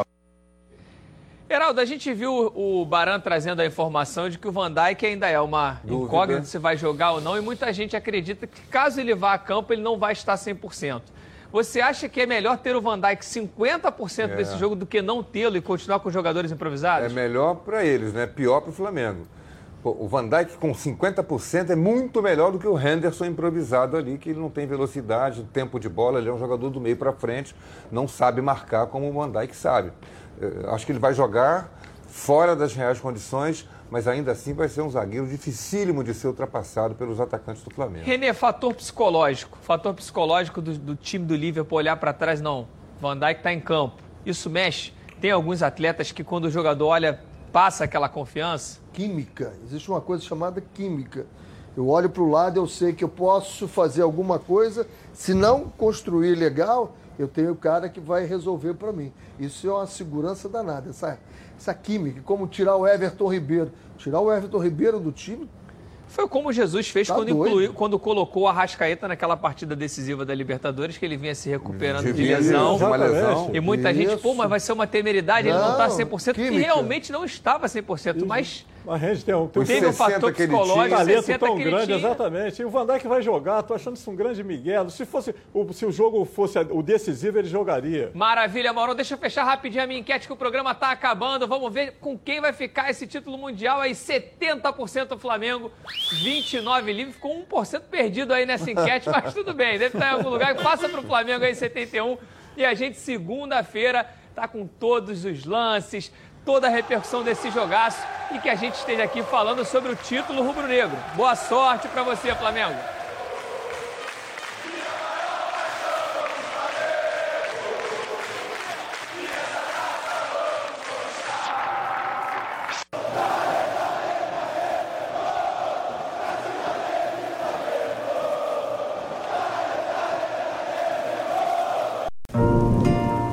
Heraldo, a gente viu o Baran trazendo a informação de que o Van Dijk ainda é uma incógnita se vai jogar ou não, e muita gente acredita que caso ele vá a campo, ele não vai estar 100%. Você acha que é melhor ter o Van Dijk 50% desse jogo do que não tê-lo e continuar com os jogadores improvisados? É melhor para eles, né? Pior para o Flamengo. O Van Dijk com 50% é muito melhor do que o Henderson improvisado ali, que ele não tem velocidade, tempo de bola, ele é um jogador do meio para frente, não sabe marcar como o Van Dijk sabe. Acho que ele vai jogar fora das reais condições, mas ainda assim vai ser um zagueiro dificílimo de ser ultrapassado pelos atacantes do Flamengo. René, fator psicológico do time do Liverpool olhar para trás, não, Van Dijk está em campo, isso mexe? Tem alguns atletas que quando o jogador olha, passa aquela confiança? Química, existe uma coisa chamada química. Eu olho para o lado, eu sei que eu posso fazer alguma coisa, se não construir legal, eu tenho o cara que vai resolver para mim. Isso é uma segurança danada, essa química, como tirar o Everton Ribeiro. Tirar o Everton Ribeiro do time... Foi como Jesus fez quando colocou o Arrascaeta naquela partida decisiva da Libertadores, que ele vinha se recuperando de lesão. E muita gente, mas vai ser uma temeridade, ele não está 100%, e realmente não estava 100%, mas... A gente tem teve um fator psicológico, talento tão grande, exatamente. E o Van Dijk vai jogar, tô achando isso um grande migué. Se o jogo fosse o decisivo, ele jogaria. Maravilha, Mauro. Deixa eu fechar rapidinho a minha enquete, que o programa está acabando. Vamos ver com quem vai ficar esse título mundial aí. 70% Flamengo, 29% Livre. Ficou 1% perdido aí nessa enquete, mas tudo bem. Deve estar em algum lugar. Passa para o Flamengo aí, 71%. E a gente, segunda-feira, tá com todos os lances, toda a repercussão desse jogaço e que a gente esteja aqui falando sobre o título rubro-negro. Boa sorte para você, Flamengo!